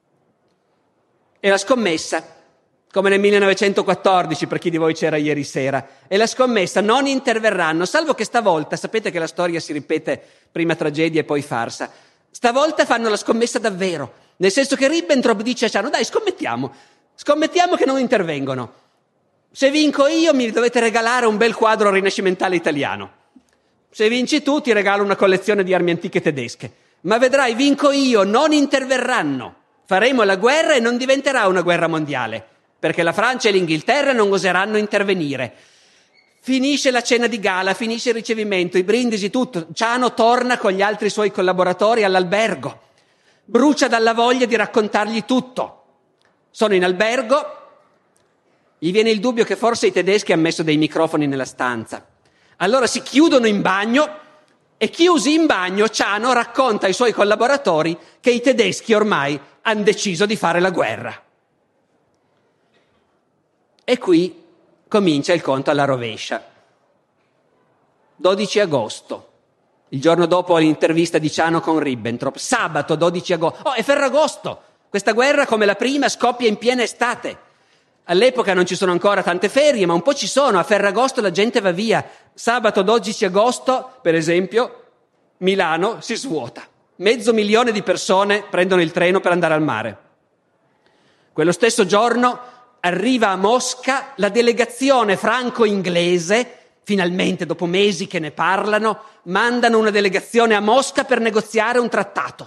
E la scommessa, come nel 1914, per chi di voi c'era ieri sera, e la scommessa: non interverranno, salvo che stavolta, sapete che la storia si ripete, prima tragedia e poi farsa, stavolta fanno la scommessa davvero, nel senso che Ribbentrop dice a Ciano: dai, scommettiamo che non intervengono. Se vinco io mi dovete regalare un bel quadro rinascimentale italiano. Se vinci tu ti regalo una collezione di armi antiche tedesche. Ma vedrai, vinco io, non interverranno. Faremo la guerra e non diventerà una guerra mondiale, perché la Francia e l'Inghilterra non oseranno intervenire. Finisce la cena di gala, finisce il ricevimento, i brindisi, tutto. Ciano torna con gli altri suoi collaboratori all'albergo. Brucia dalla voglia di raccontargli tutto. Sono in albergo, gli viene il dubbio che forse i tedeschi hanno messo dei microfoni nella stanza. Allora si chiudono in bagno e chiusi in bagno Ciano racconta ai suoi collaboratori che i tedeschi ormai hanno deciso di fare la guerra. E qui comincia il conto alla rovescia. 12 agosto, il giorno dopo l'intervista di Ciano con Ribbentrop, sabato 12 agosto. Oh, è Ferragosto! Questa guerra, come la prima, scoppia in piena estate. All'epoca non ci sono ancora tante ferie, ma un po' ci sono. A Ferragosto la gente va via. Sabato 12 agosto, per esempio, Milano si svuota. 500.000 di persone prendono il treno per andare al mare. Quello stesso giorno arriva a Mosca la delegazione franco-inglese. Finalmente, dopo mesi che ne parlano, mandano una delegazione a Mosca per negoziare un trattato.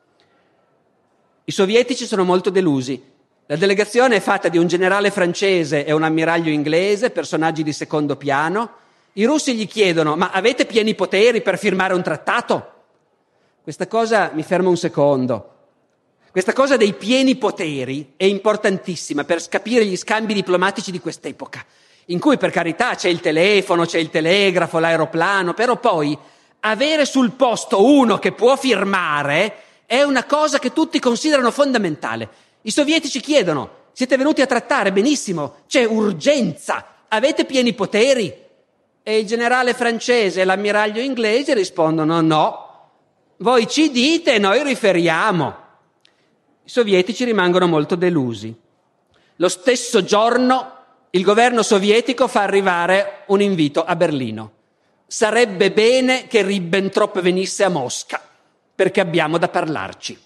I sovietici sono molto delusi. La delegazione è fatta di un generale francese e un ammiraglio inglese, personaggi di secondo piano. I russi gli chiedono: ma avete pieni poteri per firmare un trattato? Questa cosa, mi fermo un secondo. Questa cosa dei pieni poteri è importantissima per capire gli scambi diplomatici di quest'epoca, in cui per carità c'è il telefono, c'è il telegrafo, l'aeroplano, però poi avere sul posto uno che può firmare è una cosa che tutti considerano fondamentale. I sovietici chiedono: siete venuti a trattare? Benissimo, c'è urgenza, avete pieni poteri? E il generale francese e l'ammiraglio inglese rispondono: no, voi ci dite e noi riferiamo. I sovietici rimangono molto delusi. Lo stesso giorno il governo sovietico fa arrivare un invito a Berlino. Sarebbe bene che Ribbentrop venisse a Mosca, perché abbiamo da parlarci.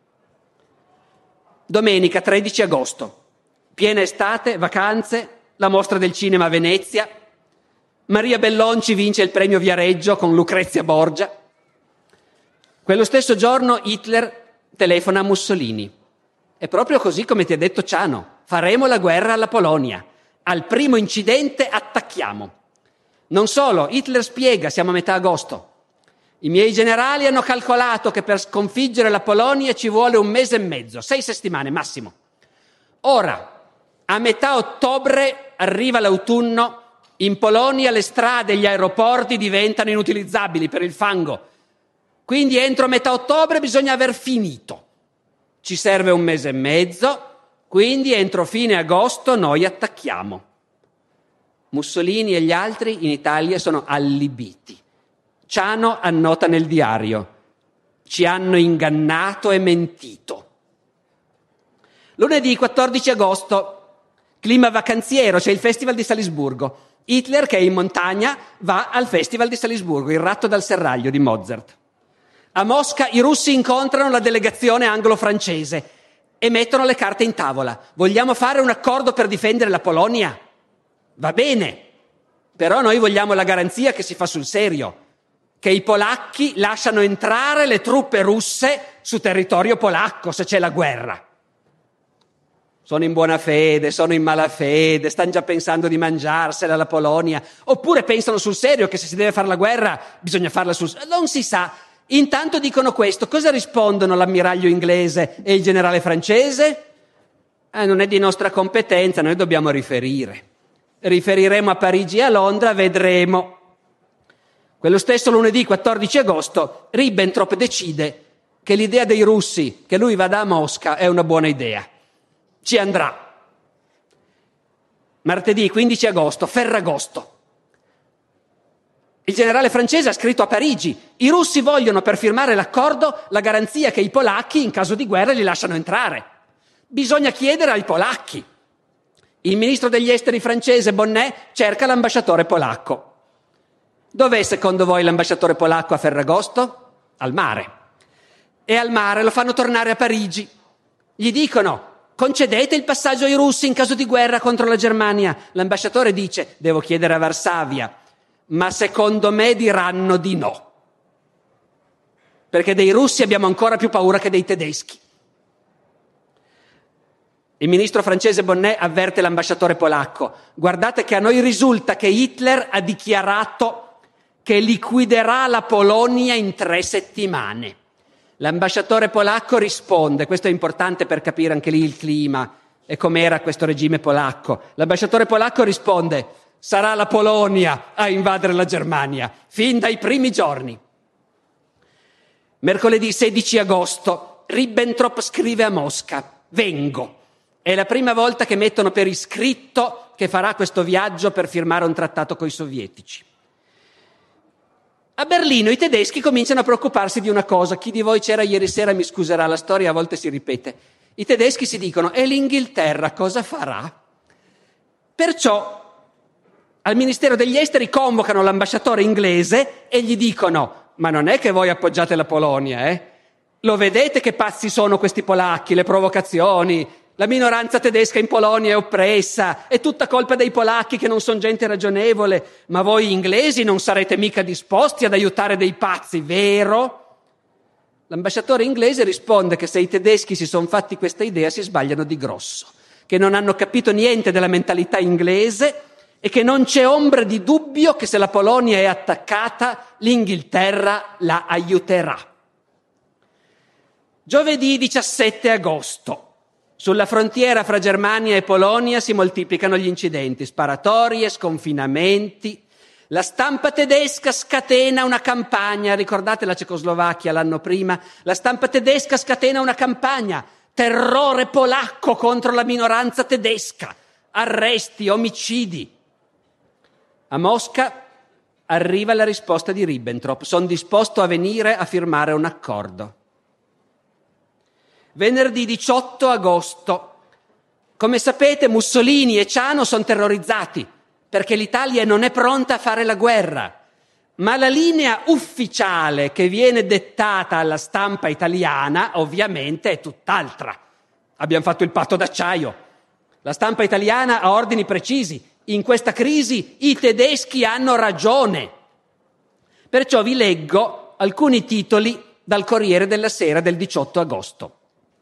Domenica 13 agosto, piena estate, vacanze, la mostra del cinema a Venezia. Maria Bellonci vince il premio Viareggio con Lucrezia Borgia. Quello stesso giorno Hitler telefona a Mussolini. È proprio così come ti ha detto Ciano: faremo la guerra alla Polonia. Al primo incidente attacchiamo. Non solo, Hitler spiega, siamo a metà agosto. I miei generali hanno calcolato che per sconfiggere la Polonia ci vuole 1 mese e mezzo, 6 settimane massimo. Ora, a metà ottobre arriva l'autunno, in Polonia le strade e gli aeroporti diventano inutilizzabili per il fango. Quindi entro metà ottobre bisogna aver finito. Ci serve 1 mese e mezzo, quindi entro fine agosto noi attacchiamo. Mussolini e gli altri in Italia sono allibiti. Ciano annota nel diario: ci hanno ingannato e mentito. Lunedì 14 agosto, clima vacanziero, c'è il Festival di Salisburgo. Hitler, che è in montagna, va al Festival di Salisburgo, il ratto dal serraglio di Mozart. A Mosca i russi incontrano la delegazione anglo-francese e mettono le carte in tavola. Vogliamo fare un accordo per difendere la Polonia? Va bene, però noi vogliamo la garanzia che si fa sul serio, che i polacchi lasciano entrare le truppe russe su territorio polacco se c'è la guerra. Sono in buona fede, sono in malafede, stanno già pensando di mangiarsela la Polonia, oppure pensano sul serio che se si deve fare la guerra bisogna farla sul serio. Non si sa. Intanto dicono questo. Cosa rispondono l'ammiraglio inglese e il generale francese? Non è di nostra competenza, noi dobbiamo riferire. Riferiremo a Parigi e a Londra, vedremo. Quello stesso lunedì 14 agosto Ribbentrop decide che l'idea dei russi che lui vada a Mosca è una buona idea. Ci andrà. Martedì 15 agosto, Ferragosto. Il generale francese ha scritto a Parigi: i russi vogliono, per firmare l'accordo, la garanzia che i polacchi in caso di guerra li lasciano entrare. Bisogna chiedere ai polacchi. Il ministro degli esteri francese Bonnet cerca l'ambasciatore polacco. Dov'è secondo voi l'ambasciatore polacco a Ferragosto? Al mare. E al mare lo fanno tornare a Parigi. Gli dicono: concedete il passaggio ai russi in caso di guerra contro la Germania. L'ambasciatore dice: devo chiedere a Varsavia, ma secondo me diranno di no. Perché dei russi abbiamo ancora più paura che dei tedeschi. Il ministro francese Bonnet avverte l'ambasciatore polacco: guardate che a noi risulta che Hitler ha dichiarato che liquiderà la Polonia in 3 settimane. L'ambasciatore polacco risponde, questo è importante per capire anche lì il clima e com'era questo regime polacco. L'ambasciatore polacco risponde: sarà la Polonia a invadere la Germania, fin dai primi giorni. Mercoledì 16 agosto, Ribbentrop scrive a Mosca: vengo. È la prima volta che mettono per iscritto che farà questo viaggio per firmare un trattato coi sovietici. A Berlino i tedeschi cominciano a preoccuparsi di una cosa. Chi di voi c'era ieri sera mi scuserà, la storia a volte si ripete. I tedeschi si dicono: e l'Inghilterra cosa farà? Perciò al Ministero degli Esteri convocano l'ambasciatore inglese e gli dicono: ma non è che voi appoggiate la Polonia, eh? Lo vedete che pazzi sono questi polacchi, le provocazioni, la minoranza tedesca in Polonia è oppressa, è tutta colpa dei polacchi che non sono gente ragionevole, ma voi inglesi non sarete mica disposti ad aiutare dei pazzi, vero? L'ambasciatore inglese risponde che se i tedeschi si sono fatti questa idea si sbagliano di grosso, che non hanno capito niente della mentalità inglese e che non c'è ombra di dubbio che se la Polonia è attaccata l'Inghilterra la aiuterà. Giovedì 17 agosto. Sulla frontiera fra Germania e Polonia si moltiplicano gli incidenti, sparatorie, sconfinamenti. La stampa tedesca scatena una campagna, ricordate la Cecoslovacchia l'anno prima? La stampa tedesca scatena una campagna, terrore polacco contro la minoranza tedesca, arresti, omicidi. A Mosca arriva la risposta di Ribbentrop: sono disposto a venire a firmare un accordo. Venerdì 18 agosto. Come sapete, Mussolini e Ciano sono terrorizzati perché l'Italia non è pronta a fare la guerra. Ma la linea ufficiale che viene dettata alla stampa italiana ovviamente è tutt'altra. Abbiamo fatto il patto d'acciaio. La stampa italiana ha ordini precisi. In questa crisi i tedeschi hanno ragione. Perciò vi leggo alcuni titoli dal Corriere della Sera del 18 agosto.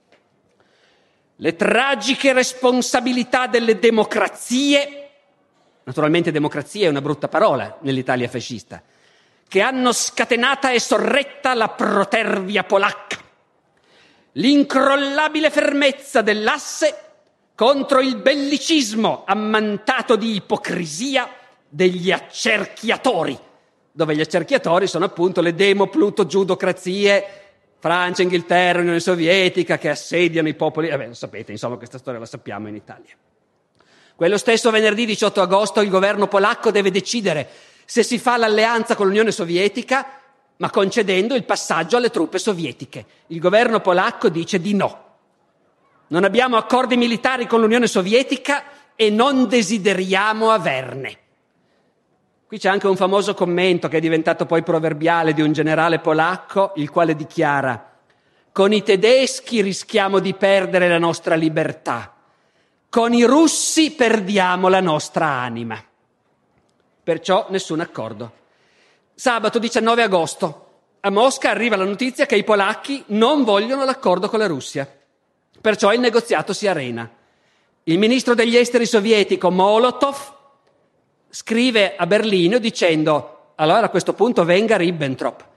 Le tragiche responsabilità delle democrazie, naturalmente democrazia è una brutta parola nell'Italia fascista, che hanno scatenata e sorretta la protervia polacca. L'incrollabile fermezza dell'asse contro il bellicismo ammantato di ipocrisia degli accerchiatori, dove gli accerchiatori sono appunto le demo-pluto-giudocrazie, Francia, Inghilterra, Unione Sovietica, che assediano i popoli. Lo sapete, insomma, questa storia la sappiamo in Italia. Quello stesso venerdì 18 agosto il governo polacco deve decidere se si fa l'alleanza con l'Unione Sovietica, ma concedendo il passaggio alle truppe sovietiche. Il governo polacco dice di no. Non abbiamo accordi militari con l'Unione Sovietica e non desideriamo averne. Qui c'è anche un famoso commento che è diventato poi proverbiale di un generale polacco, il quale dichiara: con i tedeschi rischiamo di perdere la nostra libertà, con i russi perdiamo la nostra anima. Perciò nessun accordo. Sabato 19 agosto, a Mosca arriva la notizia che i polacchi non vogliono l'accordo con la Russia. Perciò il negoziato si arena. Il ministro degli esteri sovietico Molotov scrive a Berlino dicendo: allora a questo punto venga Ribbentrop.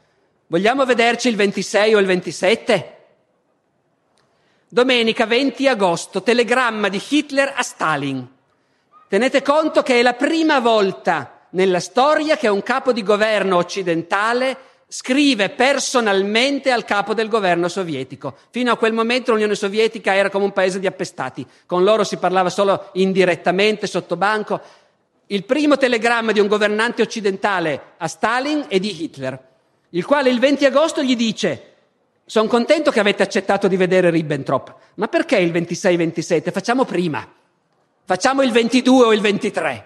Vogliamo vederci il 26 o il 27? Domenica 20 agosto, telegramma di Hitler a Stalin. Tenete conto che è la prima volta nella storia che un capo di governo occidentale scrive personalmente al capo del governo sovietico. Fino a quel momento l'Unione Sovietica era come un paese di appestati. Con loro si parlava solo indirettamente, sotto banco. Il primo telegramma di un governante occidentale a Stalin è di Hitler, il quale il 20 agosto gli dice: sono contento che avete accettato di vedere Ribbentrop, ma perché il 26-27? Facciamo prima. Facciamo il 22 o il 23.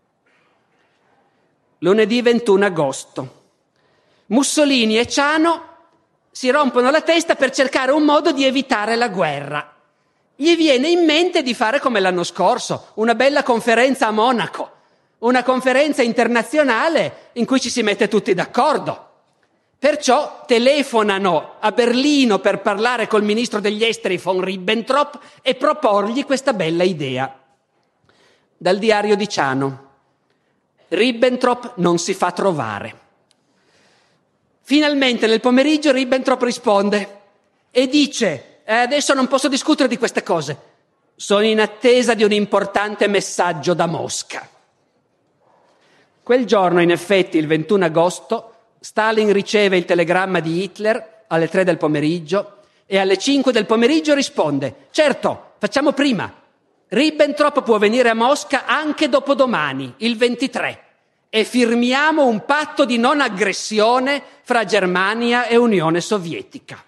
Lunedì 21 agosto. Mussolini e Ciano si rompono la testa per cercare un modo di evitare la guerra. Gli viene in mente di fare come l'anno scorso, una bella conferenza a Monaco, una conferenza internazionale in cui ci si mette tutti d'accordo. Perciò telefonano a Berlino per parlare col ministro degli esteri von Ribbentrop e proporgli questa bella idea. Dal diario di Ciano: Ribbentrop non si fa trovare. Finalmente nel pomeriggio Ribbentrop risponde e dice: adesso non posso discutere di queste cose, sono in attesa di un importante messaggio da Mosca. Quel giorno, in effetti, il 21 agosto, Stalin riceve il telegramma di Hitler alle 3 del pomeriggio e alle 5 del pomeriggio risponde: certo, facciamo prima. Ribbentrop può venire a Mosca anche dopodomani, il 23, e firmiamo un patto di non aggressione fra Germania e Unione Sovietica.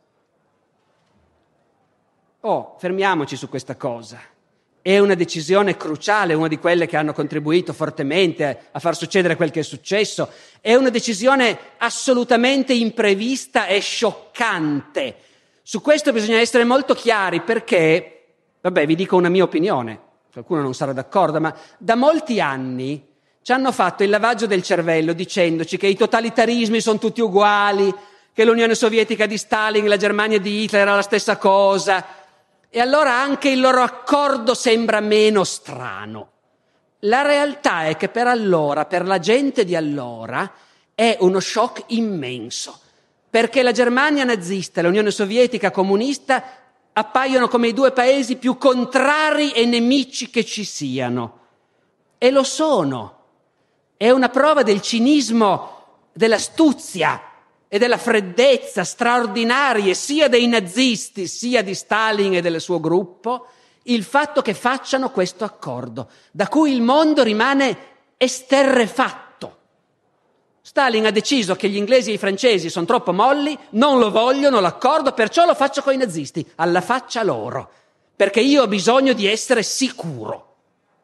Fermiamoci su questa cosa. È una decisione cruciale, una di quelle che hanno contribuito fortemente a far succedere quel che è successo. È una decisione assolutamente imprevista e scioccante. Su questo bisogna essere molto chiari perché, vi dico una mia opinione, qualcuno non sarà d'accordo, ma da molti anni ci hanno fatto il lavaggio del cervello dicendoci che i totalitarismi sono tutti uguali, che l'Unione Sovietica di Stalin e la Germania di Hitler era la stessa cosa. E allora anche il loro accordo sembra meno strano. La realtà è che per allora, per la gente di allora, è uno shock immenso, perché la Germania nazista e l'Unione Sovietica comunista appaiono come i due paesi più contrari e nemici che ci siano. E lo sono. È una prova del cinismo, dell'astuzia e della freddezza straordinarie sia dei nazisti sia di Stalin e del suo gruppo, il fatto che facciano questo accordo, da cui il mondo rimane esterrefatto. Stalin ha deciso che gli inglesi e i francesi sono troppo molli, non lo vogliono l'accordo, perciò lo faccio con i nazisti, alla faccia loro, perché io ho bisogno di essere sicuro.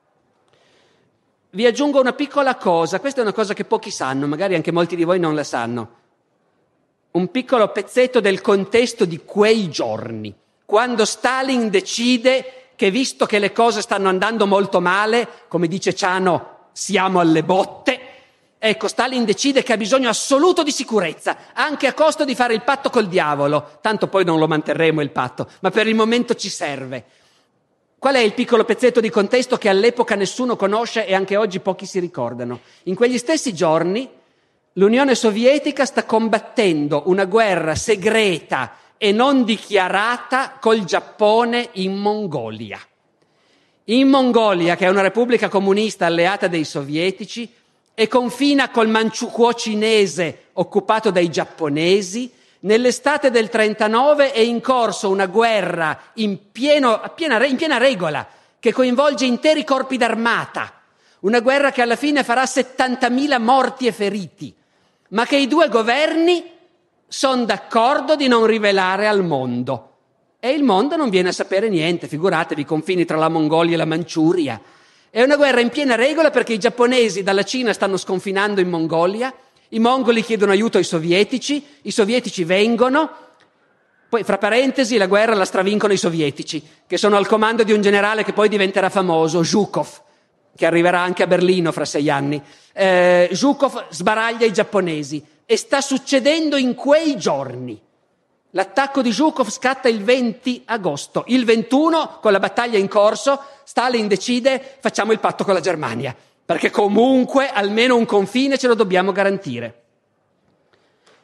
Vi aggiungo una piccola cosa, questa è una cosa che pochi sanno, magari anche molti di voi non la sanno. Un piccolo pezzetto del contesto di quei giorni, quando Stalin decide che visto che le cose stanno andando molto male, come dice Ciano, siamo alle botte, ecco, Stalin decide che ha bisogno assoluto di sicurezza, anche a costo di fare il patto col diavolo, tanto poi non lo manterremo il patto, ma per il momento ci serve. Qual è il piccolo pezzetto di contesto che all'epoca nessuno conosce e anche oggi pochi si ricordano? In quegli stessi giorni l'Unione Sovietica sta combattendo una guerra segreta e non dichiarata col Giappone in Mongolia. In Mongolia, che è una repubblica comunista alleata dei sovietici e confina col Manchukuo cinese occupato dai giapponesi, nell'estate del 39 è in corso una guerra in piena regola che coinvolge interi corpi d'armata, una guerra che alla fine farà 70.000 morti e feriti, ma che i due governi sono d'accordo di non rivelare al mondo. E il mondo non viene a sapere niente, figuratevi i confini tra la Mongolia e la Manciuria. È una guerra in piena regola perché i giapponesi dalla Cina stanno sconfinando in Mongolia, i mongoli chiedono aiuto ai sovietici vengono, poi fra parentesi la guerra la stravincono i sovietici, che sono al comando di un generale che poi diventerà famoso, Zhukov, che arriverà anche a Berlino fra 6 anni. Zhukov sbaraglia i giapponesi e sta succedendo in quei giorni. L'attacco di Zhukov scatta il 20 agosto. Il 21, con la battaglia in corso, Stalin decide facciamo il patto con la Germania, perché comunque almeno un confine ce lo dobbiamo garantire.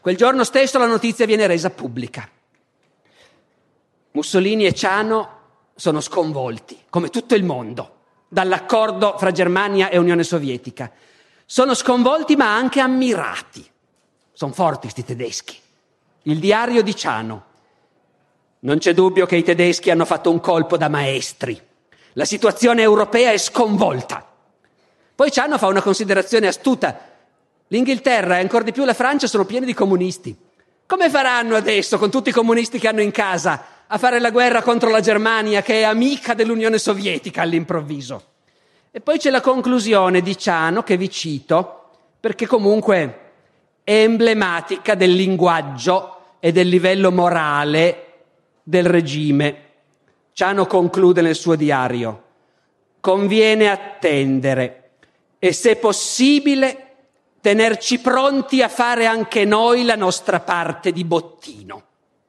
Quel giorno stesso la notizia viene resa pubblica. Mussolini e Ciano sono sconvolti, come tutto il mondo, dall'accordo fra Germania e Unione Sovietica. Sono sconvolti ma anche ammirati. Sono forti sti tedeschi. Il diario di Ciano. Non c'è dubbio che i tedeschi hanno fatto un colpo da maestri. La situazione europea è sconvolta. Poi Ciano fa una considerazione astuta. L'Inghilterra e ancora di più la Francia sono pieni di comunisti. Come faranno adesso, con tutti i comunisti che hanno in casa, a fare la guerra contro la Germania, che è amica dell'Unione Sovietica all'improvviso? E poi c'è la conclusione di Ciano, che vi cito, perché comunque è emblematica del linguaggio e del livello morale del regime. Ciano conclude nel suo diario: conviene attendere e, se possibile, tenerci pronti a fare anche noi la nostra parte di bottino.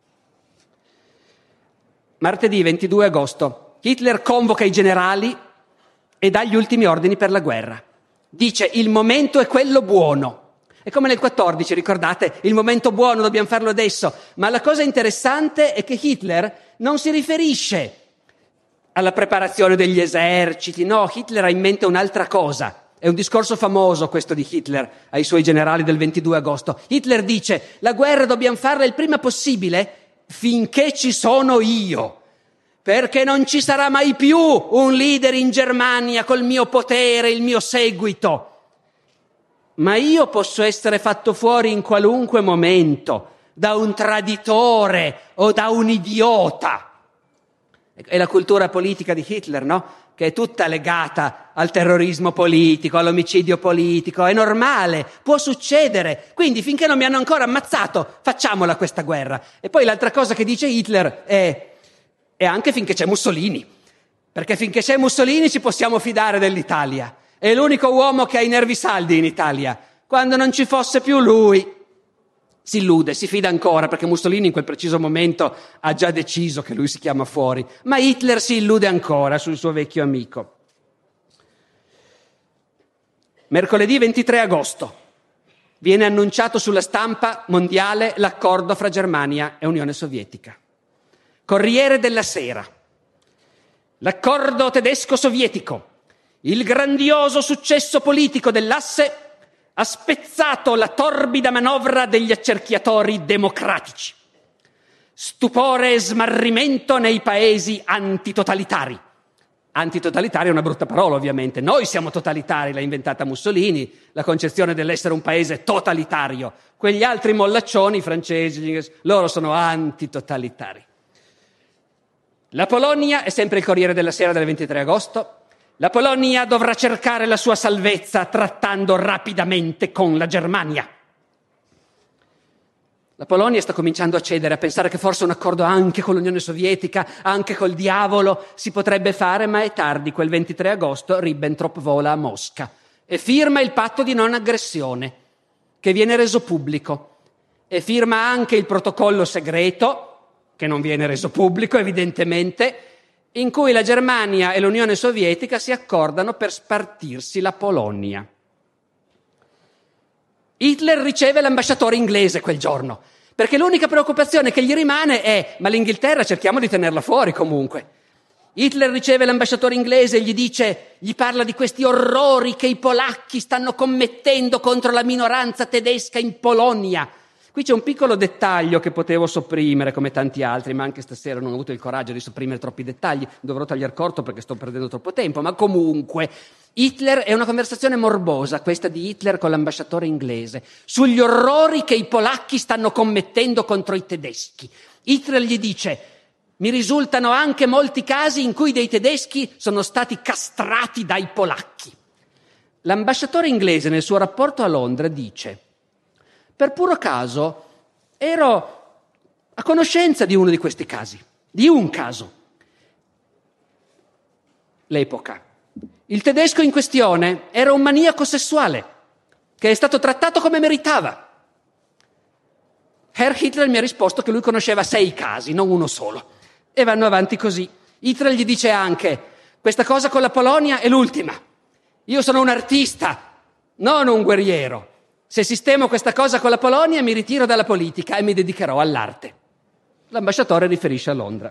Martedì 22 agosto, Hitler convoca i generali e dà gli ultimi ordini per la guerra. Dice: il momento è quello buono. È come nel 14, ricordate? Il momento buono, dobbiamo farlo adesso. Ma la cosa interessante è che Hitler non si riferisce alla preparazione degli eserciti. No, Hitler ha in mente un'altra cosa. È un discorso famoso questo di Hitler ai suoi generali del 22 agosto. Hitler dice: la guerra dobbiamo farla il prima possibile finché ci sono io, perché non ci sarà mai più un leader in Germania col mio potere, il mio seguito. Ma io posso essere fatto fuori in qualunque momento da un traditore o da un idiota. È la cultura politica di Hitler, no? Che è tutta legata al terrorismo politico, all'omicidio politico. È normale, può succedere. Quindi finché non mi hanno ancora ammazzato, facciamola questa guerra. E poi l'altra cosa che dice Hitler è anche finché c'è Mussolini. Perché finché c'è Mussolini ci possiamo fidare dell'Italia. È l'unico uomo che ha i nervi saldi in Italia. Quando non ci fosse più lui, si illude, si fida ancora, perché Mussolini in quel preciso momento ha già deciso che lui si chiama fuori. Ma Hitler si illude ancora sul suo vecchio amico. Mercoledì 23 agosto viene annunciato sulla stampa mondiale l'accordo fra Germania e Unione Sovietica. Corriere della Sera. L'accordo tedesco-sovietico, il grandioso successo politico dell'asse, ha spezzato la torbida manovra degli accerchiatori democratici. Stupore e smarrimento nei paesi antitotalitari. Antitotalitari è una brutta parola, ovviamente. Noi siamo totalitari, l'ha inventata Mussolini, la concezione dell'essere un paese totalitario. Quegli altri mollaccioni, i francesi, loro sono antitotalitari. La Polonia, è sempre il Corriere della Sera del 23 agosto, la Polonia dovrà cercare la sua salvezza trattando rapidamente con la Germania. La Polonia sta cominciando a cedere, a pensare che forse un accordo anche con l'Unione Sovietica, anche col diavolo, si potrebbe fare, ma è tardi. Quel 23 agosto Ribbentrop vola a Mosca e firma il patto di non aggressione, che viene reso pubblico, e firma anche il protocollo segreto, che non viene reso pubblico evidentemente, in cui la Germania e l'Unione Sovietica si accordano per spartirsi la Polonia. Hitler riceve l'ambasciatore inglese quel giorno, perché l'unica preoccupazione che gli rimane è: ma l'Inghilterra cerchiamo di tenerla fuori comunque. Hitler riceve l'ambasciatore inglese e gli parla di questi orrori che i polacchi stanno commettendo contro la minoranza tedesca in Polonia. Qui c'è un piccolo dettaglio che potevo sopprimere come tanti altri, ma anche stasera non ho avuto il coraggio di sopprimere troppi dettagli, dovrò tagliar corto perché sto perdendo troppo tempo, ma comunque Hitler è una conversazione morbosa, questa di Hitler con l'ambasciatore inglese, sugli orrori che i polacchi stanno commettendo contro i tedeschi. Hitler gli dice: mi risultano anche molti casi in cui dei tedeschi sono stati castrati dai polacchi. L'ambasciatore inglese nel suo rapporto a Londra dice: per puro caso ero a conoscenza di uno di questi casi, di un caso. L'epoca. Il tedesco in questione era un maniaco sessuale che è stato trattato come meritava. Herr Hitler mi ha risposto che lui conosceva 6 casi, non uno solo. E vanno avanti così. Hitler gli dice anche: questa cosa con la Polonia è l'ultima. Io sono un artista, non un guerriero. Se sistemo questa cosa con la Polonia mi ritiro dalla politica e mi dedicherò all'arte. L'ambasciatore riferisce a Londra.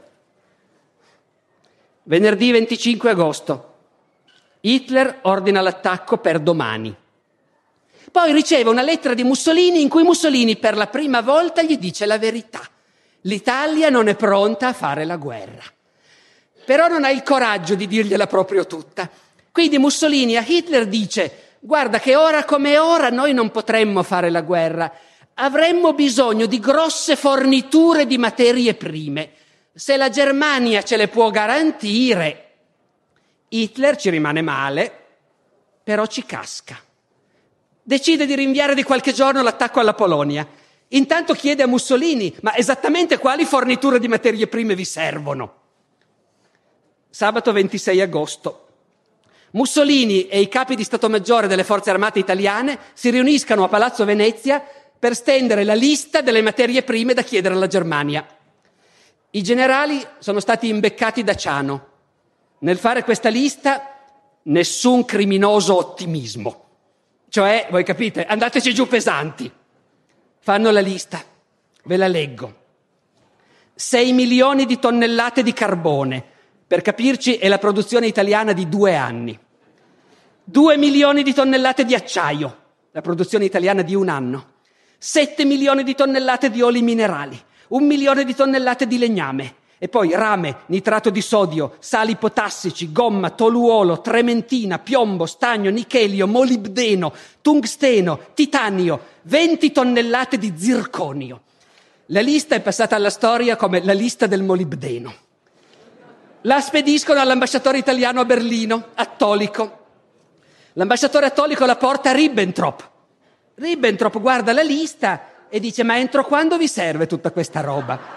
Venerdì 25 agosto. Hitler ordina l'attacco per domani. Poi riceve una lettera di Mussolini in cui Mussolini per la prima volta gli dice la verità. L'Italia non è pronta a fare la guerra. Però non ha il coraggio di dirgliela proprio tutta. Quindi Mussolini a Hitler dice: guarda che ora come ora noi non potremmo fare la guerra. Avremmo bisogno di grosse forniture di materie prime. Se la Germania ce le può garantire, Hitler ci rimane male, però ci casca. Decide di rinviare di qualche giorno l'attacco alla Polonia. Intanto chiede a Mussolini: ma esattamente quali forniture di materie prime vi servono? Sabato 26 agosto. Mussolini e i capi di Stato Maggiore delle Forze Armate italiane si riuniscano a Palazzo Venezia per stendere la lista delle materie prime da chiedere alla Germania. I generali sono stati imbeccati da Ciano. Nel fare questa lista, nessun criminoso ottimismo. Cioè, voi capite, andateci giù pesanti. Fanno la lista, ve la leggo. 6 milioni di tonnellate di carbone, per capirci è la produzione italiana di 2 anni. 2 milioni di tonnellate di acciaio, la produzione italiana di 1 anno. 7 milioni di tonnellate di oli minerali, 1 milione di tonnellate di legname. E poi rame, nitrato di sodio, sali potassici, gomma, toluolo, trementina, piombo, stagno, nichelio, molibdeno, tungsteno, titanio, 20 tonnellate di zirconio. La lista è passata alla storia come la lista del molibdeno. La spediscono all'ambasciatore italiano a Berlino, Attolico. L'ambasciatore Attolico la porta a Ribbentrop. Ribbentrop guarda la lista e dice: ma entro quando vi serve tutta questa roba?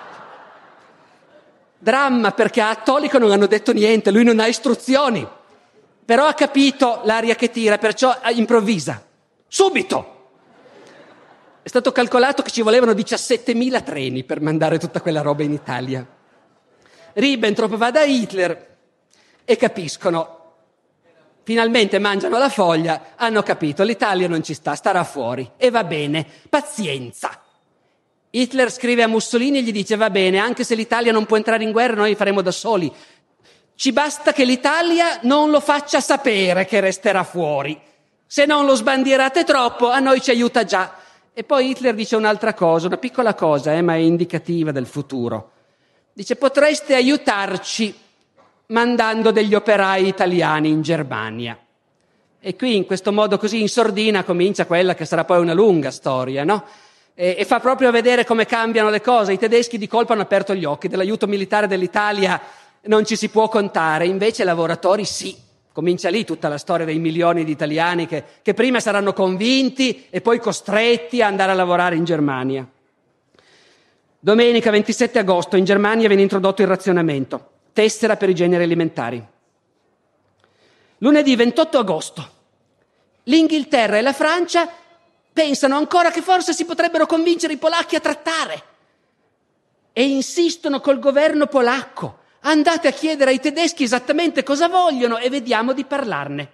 Dramma, perché a Attolico non hanno detto niente, lui non ha istruzioni, però ha capito l'aria che tira, perciò improvvisa, subito. È stato calcolato che ci volevano 17.000 treni per mandare tutta quella roba in Italia. Ribbentrop va da Hitler e capiscono, finalmente mangiano la foglia, hanno capito, l'Italia non ci sta, starà fuori, e va bene, pazienza. Hitler scrive a Mussolini e gli dice: va bene, anche se l'Italia non può entrare in guerra, noi faremo da soli. Ci basta che l'Italia non lo faccia sapere che resterà fuori. Se non lo sbandierate troppo, a noi ci aiuta già. E poi Hitler dice un'altra cosa, una piccola cosa, ma è indicativa del futuro. Dice: potreste aiutarci mandando degli operai italiani in Germania. E qui, in questo modo così in sordina, comincia quella che sarà poi una lunga storia, no? E fa proprio vedere come cambiano le cose. I tedeschi di colpo hanno aperto gli occhi, dell'aiuto militare dell'Italia non ci si può contare, invece lavoratori sì. Comincia lì tutta la storia dei milioni di italiani che prima saranno convinti e poi costretti a andare a lavorare in Germania. Domenica 27 agosto in Germania viene introdotto il razionamento, tessera per i generi alimentari. Lunedì 28 agosto l'Inghilterra e la Francia pensano ancora che forse si potrebbero convincere i polacchi a trattare e insistono col governo polacco: andate a chiedere ai tedeschi esattamente cosa vogliono e vediamo di parlarne.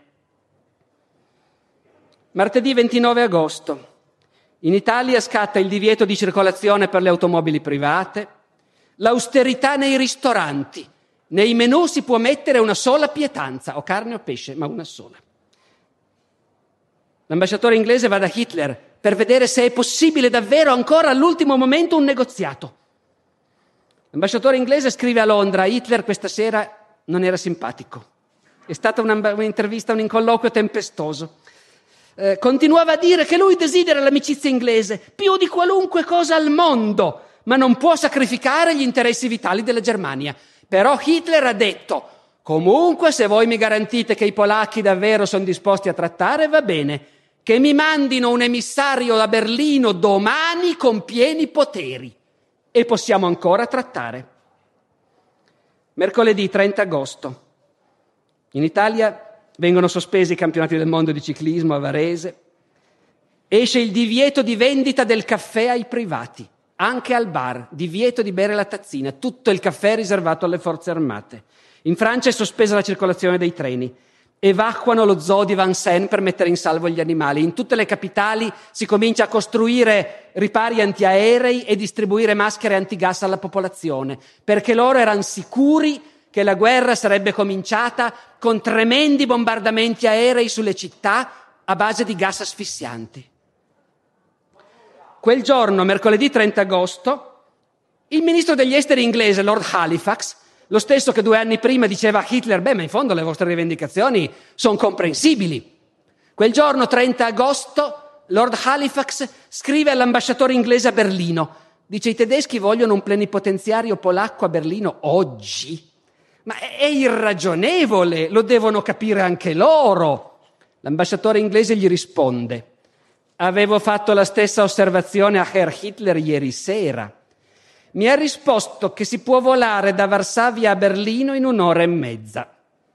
Martedì 29 agosto in Italia scatta il divieto di circolazione per le automobili private, l'austerità nei ristoranti, nei menù si può mettere una sola pietanza, o carne o pesce, ma una sola. L'ambasciatore inglese va da Hitler per vedere se è possibile davvero ancora all'ultimo momento un negoziato. L'ambasciatore inglese scrive a Londra: Hitler questa sera non era simpatico. È stata un'intervista, un colloquio tempestoso. Continuava a dire che lui desidera l'amicizia inglese più di qualunque cosa al mondo, ma non può sacrificare gli interessi vitali della Germania. Però Hitler ha detto: comunque, se voi mi garantite che i polacchi davvero sono disposti a trattare, va bene, che mi mandino un emissario da Berlino domani con pieni poteri e possiamo ancora trattare. Mercoledì 30 agosto. In Italia vengono sospesi i campionati del mondo di ciclismo a Varese. Esce il divieto di vendita del caffè ai privati, anche al bar, divieto di bere la tazzina, tutto il caffè riservato alle forze armate. In Francia è sospesa la circolazione dei treni. evacuano lo zoo di Vincennes per mettere in salvo gli animali. In tutte le capitali si comincia a costruire ripari antiaerei e distribuire maschere antigas alla popolazione, perché loro erano sicuri che la guerra sarebbe cominciata con tremendi bombardamenti aerei sulle città a base di gas asfissianti. Quel giorno, mercoledì 30 agosto, il ministro degli esteri inglese, Lord Halifax, lo stesso che 2 anni prima diceva a Hitler, ma in fondo le vostre rivendicazioni sono comprensibili. Quel giorno, 30 agosto, Lord Halifax scrive all'ambasciatore inglese a Berlino. Dice, i tedeschi vogliono un plenipotenziario polacco a Berlino oggi. Ma è irragionevole, lo devono capire anche loro. L'ambasciatore inglese gli risponde, avevo fatto la stessa osservazione a Herr Hitler ieri sera. Mi ha risposto che si può volare da Varsavia a Berlino in 1 ora e mezza.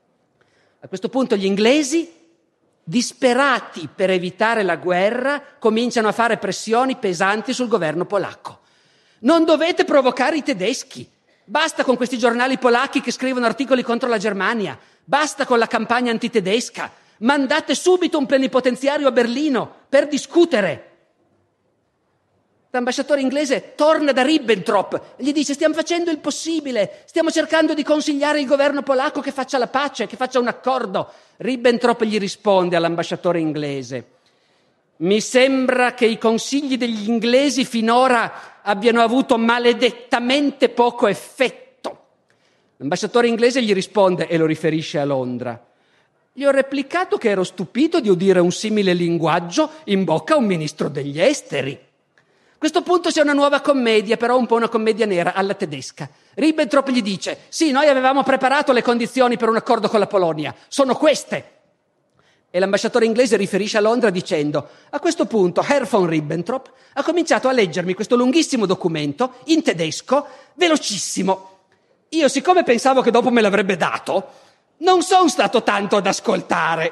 A questo punto gli inglesi, disperati per evitare la guerra, cominciano a fare pressioni pesanti sul governo polacco. Non dovete provocare i tedeschi. Basta con questi giornali polacchi che scrivono articoli contro la Germania. Basta con la campagna antitedesca. Mandate subito un plenipotenziario a Berlino per discutere. L'ambasciatore inglese torna da Ribbentrop e gli dice stiamo facendo il possibile, stiamo cercando di consigliare il governo polacco che faccia la pace, che faccia un accordo. Ribbentrop gli risponde all'ambasciatore inglese mi sembra che i consigli degli inglesi finora abbiano avuto maledettamente poco effetto. L'ambasciatore inglese gli risponde e lo riferisce a Londra. Gli ho replicato che ero stupito di udire un simile linguaggio in bocca a un ministro degli esteri. A questo punto c'è una nuova commedia, però un po' una commedia nera, alla tedesca. Ribbentrop gli dice, sì, noi avevamo preparato le condizioni per un accordo con la Polonia, sono queste. E l'ambasciatore inglese riferisce a Londra dicendo, a questo punto Herr von Ribbentrop ha cominciato a leggermi questo lunghissimo documento in tedesco, velocissimo. Io, siccome pensavo che dopo me l'avrebbe dato, non sono stato tanto ad ascoltare.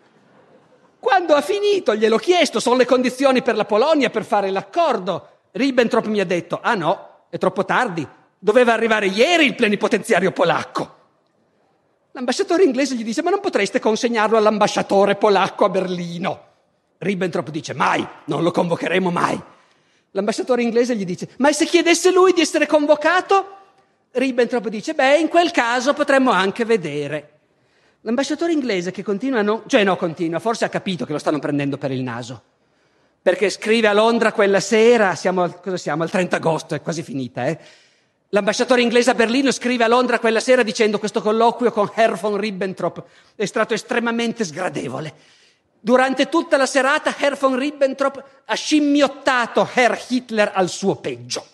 Quando ha finito, gliel'ho chiesto, sono le condizioni per la Polonia per fare l'accordo. Ribbentrop mi ha detto, ah no, è troppo tardi, doveva arrivare ieri il plenipotenziario polacco. L'ambasciatore inglese gli dice, ma non potreste consegnarlo all'ambasciatore polacco a Berlino? Ribbentrop dice, mai, non lo convocheremo mai. L'ambasciatore inglese gli dice, ma se chiedesse lui di essere convocato? Ribbentrop dice, beh, in quel caso potremmo anche vedere. L'ambasciatore inglese che continua, forse ha capito che lo stanno prendendo per il naso, perché scrive a Londra quella sera, al 30 agosto, è quasi finita, L'ambasciatore inglese a Berlino scrive a Londra quella sera dicendo questo colloquio con Herr von Ribbentrop è stato estremamente sgradevole. Durante tutta la serata Herr von Ribbentrop ha scimmiottato Herr Hitler al suo peggio.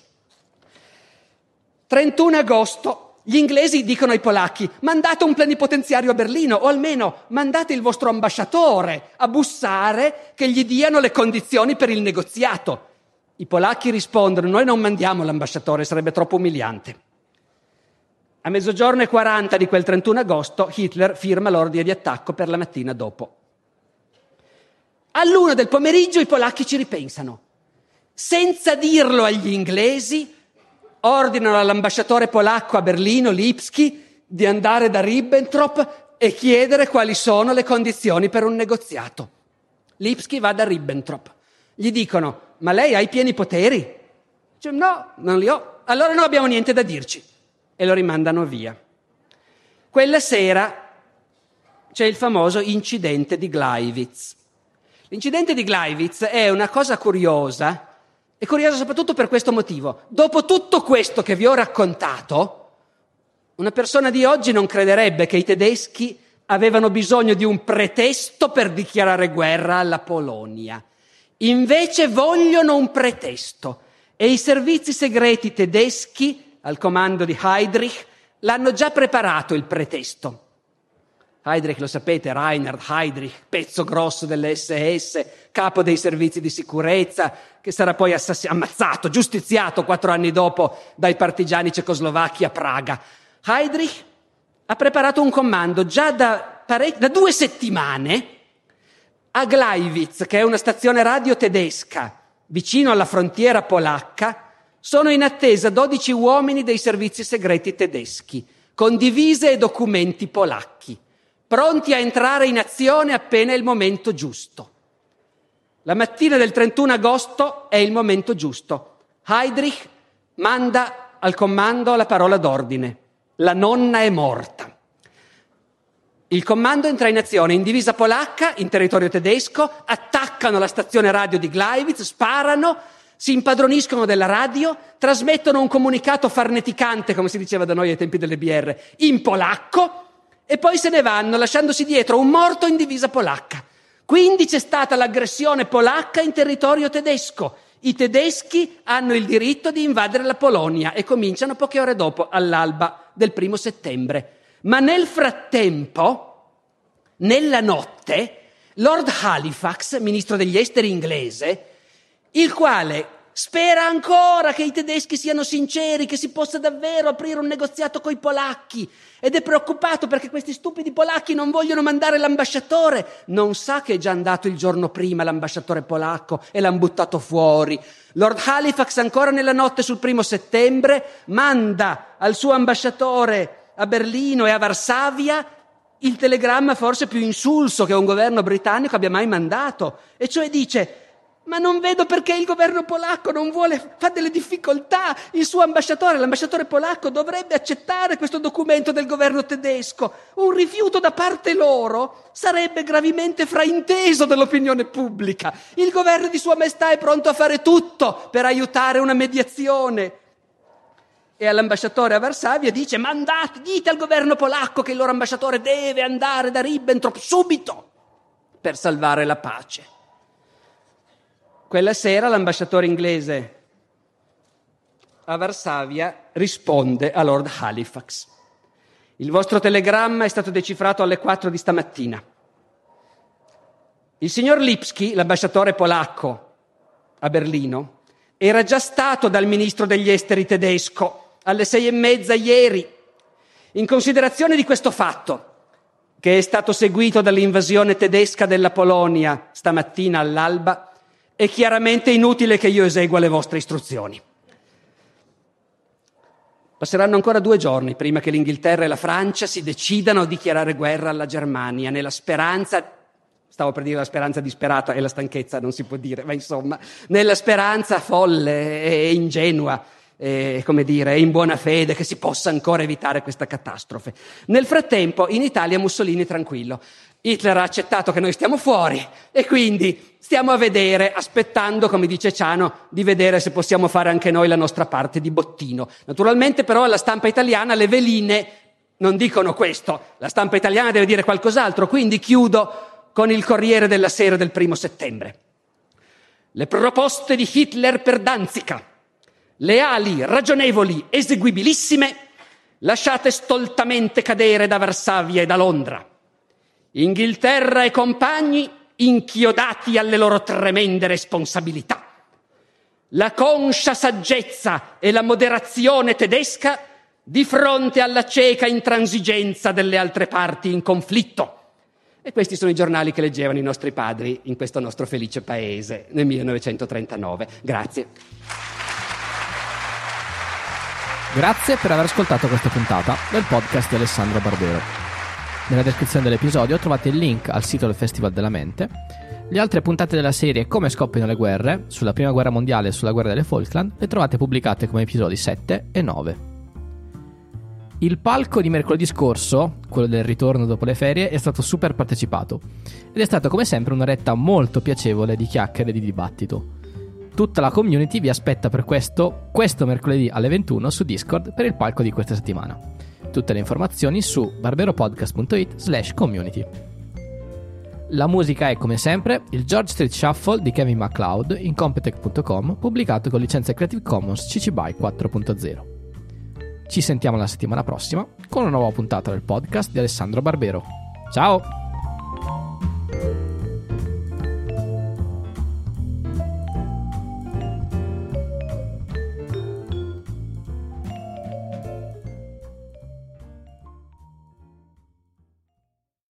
31 agosto gli inglesi dicono ai polacchi mandate un plenipotenziario a Berlino o almeno mandate il vostro ambasciatore a bussare che gli diano le condizioni per il negoziato. I polacchi rispondono, noi non mandiamo l'ambasciatore, sarebbe troppo umiliante. A 12:40 di quel 31 agosto Hitler firma l'ordine di attacco per la mattina dopo. All'1 del pomeriggio i polacchi ci ripensano. Senza dirlo agli inglesi, ordinano all'ambasciatore polacco a Berlino, Lipski, di andare da Ribbentrop e chiedere quali sono le condizioni per un negoziato. Lipski va da Ribbentrop. Gli dicono, ma lei ha i pieni poteri? Dice, no, non li ho. Allora non abbiamo niente da dirci. E lo rimandano via. Quella sera c'è il famoso incidente di Gleiwitz. L'incidente di Gleiwitz è una cosa curiosa, è curiosa soprattutto per questo motivo. Dopo tutto questo che vi ho raccontato, una persona di oggi non crederebbe che i tedeschi avevano bisogno di un pretesto per dichiarare guerra alla Polonia. Invece vogliono un pretesto e i servizi segreti tedeschi, al comando di Heydrich, l'hanno già preparato il pretesto. Heydrich, lo sapete, Reinhard Heydrich, pezzo grosso delle SS, capo dei servizi di sicurezza, che sarà poi ammazzato, giustiziato 4 anni dopo dai partigiani cecoslovacchi a Praga. Heydrich ha preparato un comando già da 2 settimane a Gleiwitz, che è una stazione radio tedesca, vicino alla frontiera polacca, sono in attesa 12 uomini dei servizi segreti tedeschi, con divise e documenti polacchi. pronti a entrare in azione appena è il momento giusto. La mattina del 31 agosto è il momento giusto. Heydrich manda al comando la parola d'ordine: la nonna è morta. Il comando entra in azione in divisa polacca, in territorio tedesco, attaccano la stazione radio di Gleiwitz, sparano, si impadroniscono della radio, trasmettono un comunicato farneticante, come si diceva da noi ai tempi delle BR, in polacco, e poi se ne vanno lasciandosi dietro un morto in divisa polacca. Quindi c'è stata l'aggressione polacca in territorio tedesco. I tedeschi hanno il diritto di invadere la Polonia e cominciano poche ore dopo, all'alba del 1 settembre. Ma nel frattempo, nella notte, Lord Halifax, ministro degli esteri inglese, il quale spera ancora che i tedeschi siano sinceri, che si possa davvero aprire un negoziato coi polacchi, ed è preoccupato perché questi stupidi polacchi non vogliono mandare l'ambasciatore. Non sa che è già andato il giorno prima l'ambasciatore polacco e l'hanno buttato fuori. Lord Halifax ancora nella notte sul 1 settembre manda al suo ambasciatore a Berlino e a Varsavia il telegramma forse più insulso che un governo britannico abbia mai mandato, e cioè dice: ma non vedo perché il governo polacco non vuole, fa delle difficoltà, il suo ambasciatore, l'ambasciatore polacco dovrebbe accettare questo documento del governo tedesco, un rifiuto da parte loro sarebbe gravemente frainteso dall'opinione pubblica, il governo di Sua Maestà è pronto a fare tutto per aiutare una mediazione. E all'ambasciatore a Varsavia dice: ma andate, dite al governo polacco che il loro ambasciatore deve andare da Ribbentrop subito per salvare la pace. Quella sera l'ambasciatore inglese a Varsavia risponde a Lord Halifax: il vostro telegramma è stato decifrato alle 4 di stamattina. Il signor Lipski, l'ambasciatore polacco a Berlino, era già stato dal ministro degli esteri tedesco alle 6:30 ieri. In considerazione di questo fatto, che è stato seguito dall'invasione tedesca della Polonia stamattina all'alba, è chiaramente inutile che io esegua le vostre istruzioni. Passeranno ancora 2 giorni prima che l'Inghilterra e la Francia si decidano a dichiarare guerra alla Germania, nella speranza, stavo per dire la speranza disperata, e la stanchezza non si può dire, ma insomma, nella speranza folle e ingenua, come dire, in buona fede, che si possa ancora evitare questa catastrofe. Nel frattempo, in Italia Mussolini è tranquillo. Hitler ha accettato che noi stiamo fuori e quindi stiamo a vedere, aspettando, come dice Ciano, di vedere se possiamo fare anche noi la nostra parte di bottino. Naturalmente però alla stampa italiana le veline non dicono questo, la stampa italiana deve dire qualcos'altro, quindi chiudo con il Corriere della Sera del 1 settembre. Le proposte di Hitler per Danzica, leali, ragionevoli, eseguibilissime, lasciate stoltamente cadere da Varsavia e da Londra. Inghilterra e compagni inchiodati alle loro tremende responsabilità. La conscia saggezza e la moderazione tedesca di fronte alla cieca intransigenza delle altre parti in conflitto. E questi sono i giornali che leggevano i nostri padri in questo nostro felice paese nel 1939. Grazie. Grazie per aver ascoltato questa puntata del podcast di Alessandro Barbero. Nella descrizione dell'episodio trovate il link al sito del Festival della Mente, le altre puntate della serie Come scoppiano le guerre, sulla prima guerra mondiale e sulla guerra delle Falkland, le trovate pubblicate come episodi 7 e 9. Il palco di mercoledì scorso, quello del ritorno dopo le ferie, è stato super partecipato ed è stato come sempre un'oretta molto piacevole di chiacchiere e di dibattito. Tutta la community vi aspetta per questo mercoledì alle 21 su Discord per il palco di questa settimana. Tutte le informazioni su barberopodcast.it/community. La musica è, come sempre, il George Street Shuffle di Kevin MacLeod in Competech.com, pubblicato con licenza Creative Commons CC BY 4.0. Ci sentiamo la settimana prossima con una nuova puntata del podcast di Alessandro Barbero. Ciao!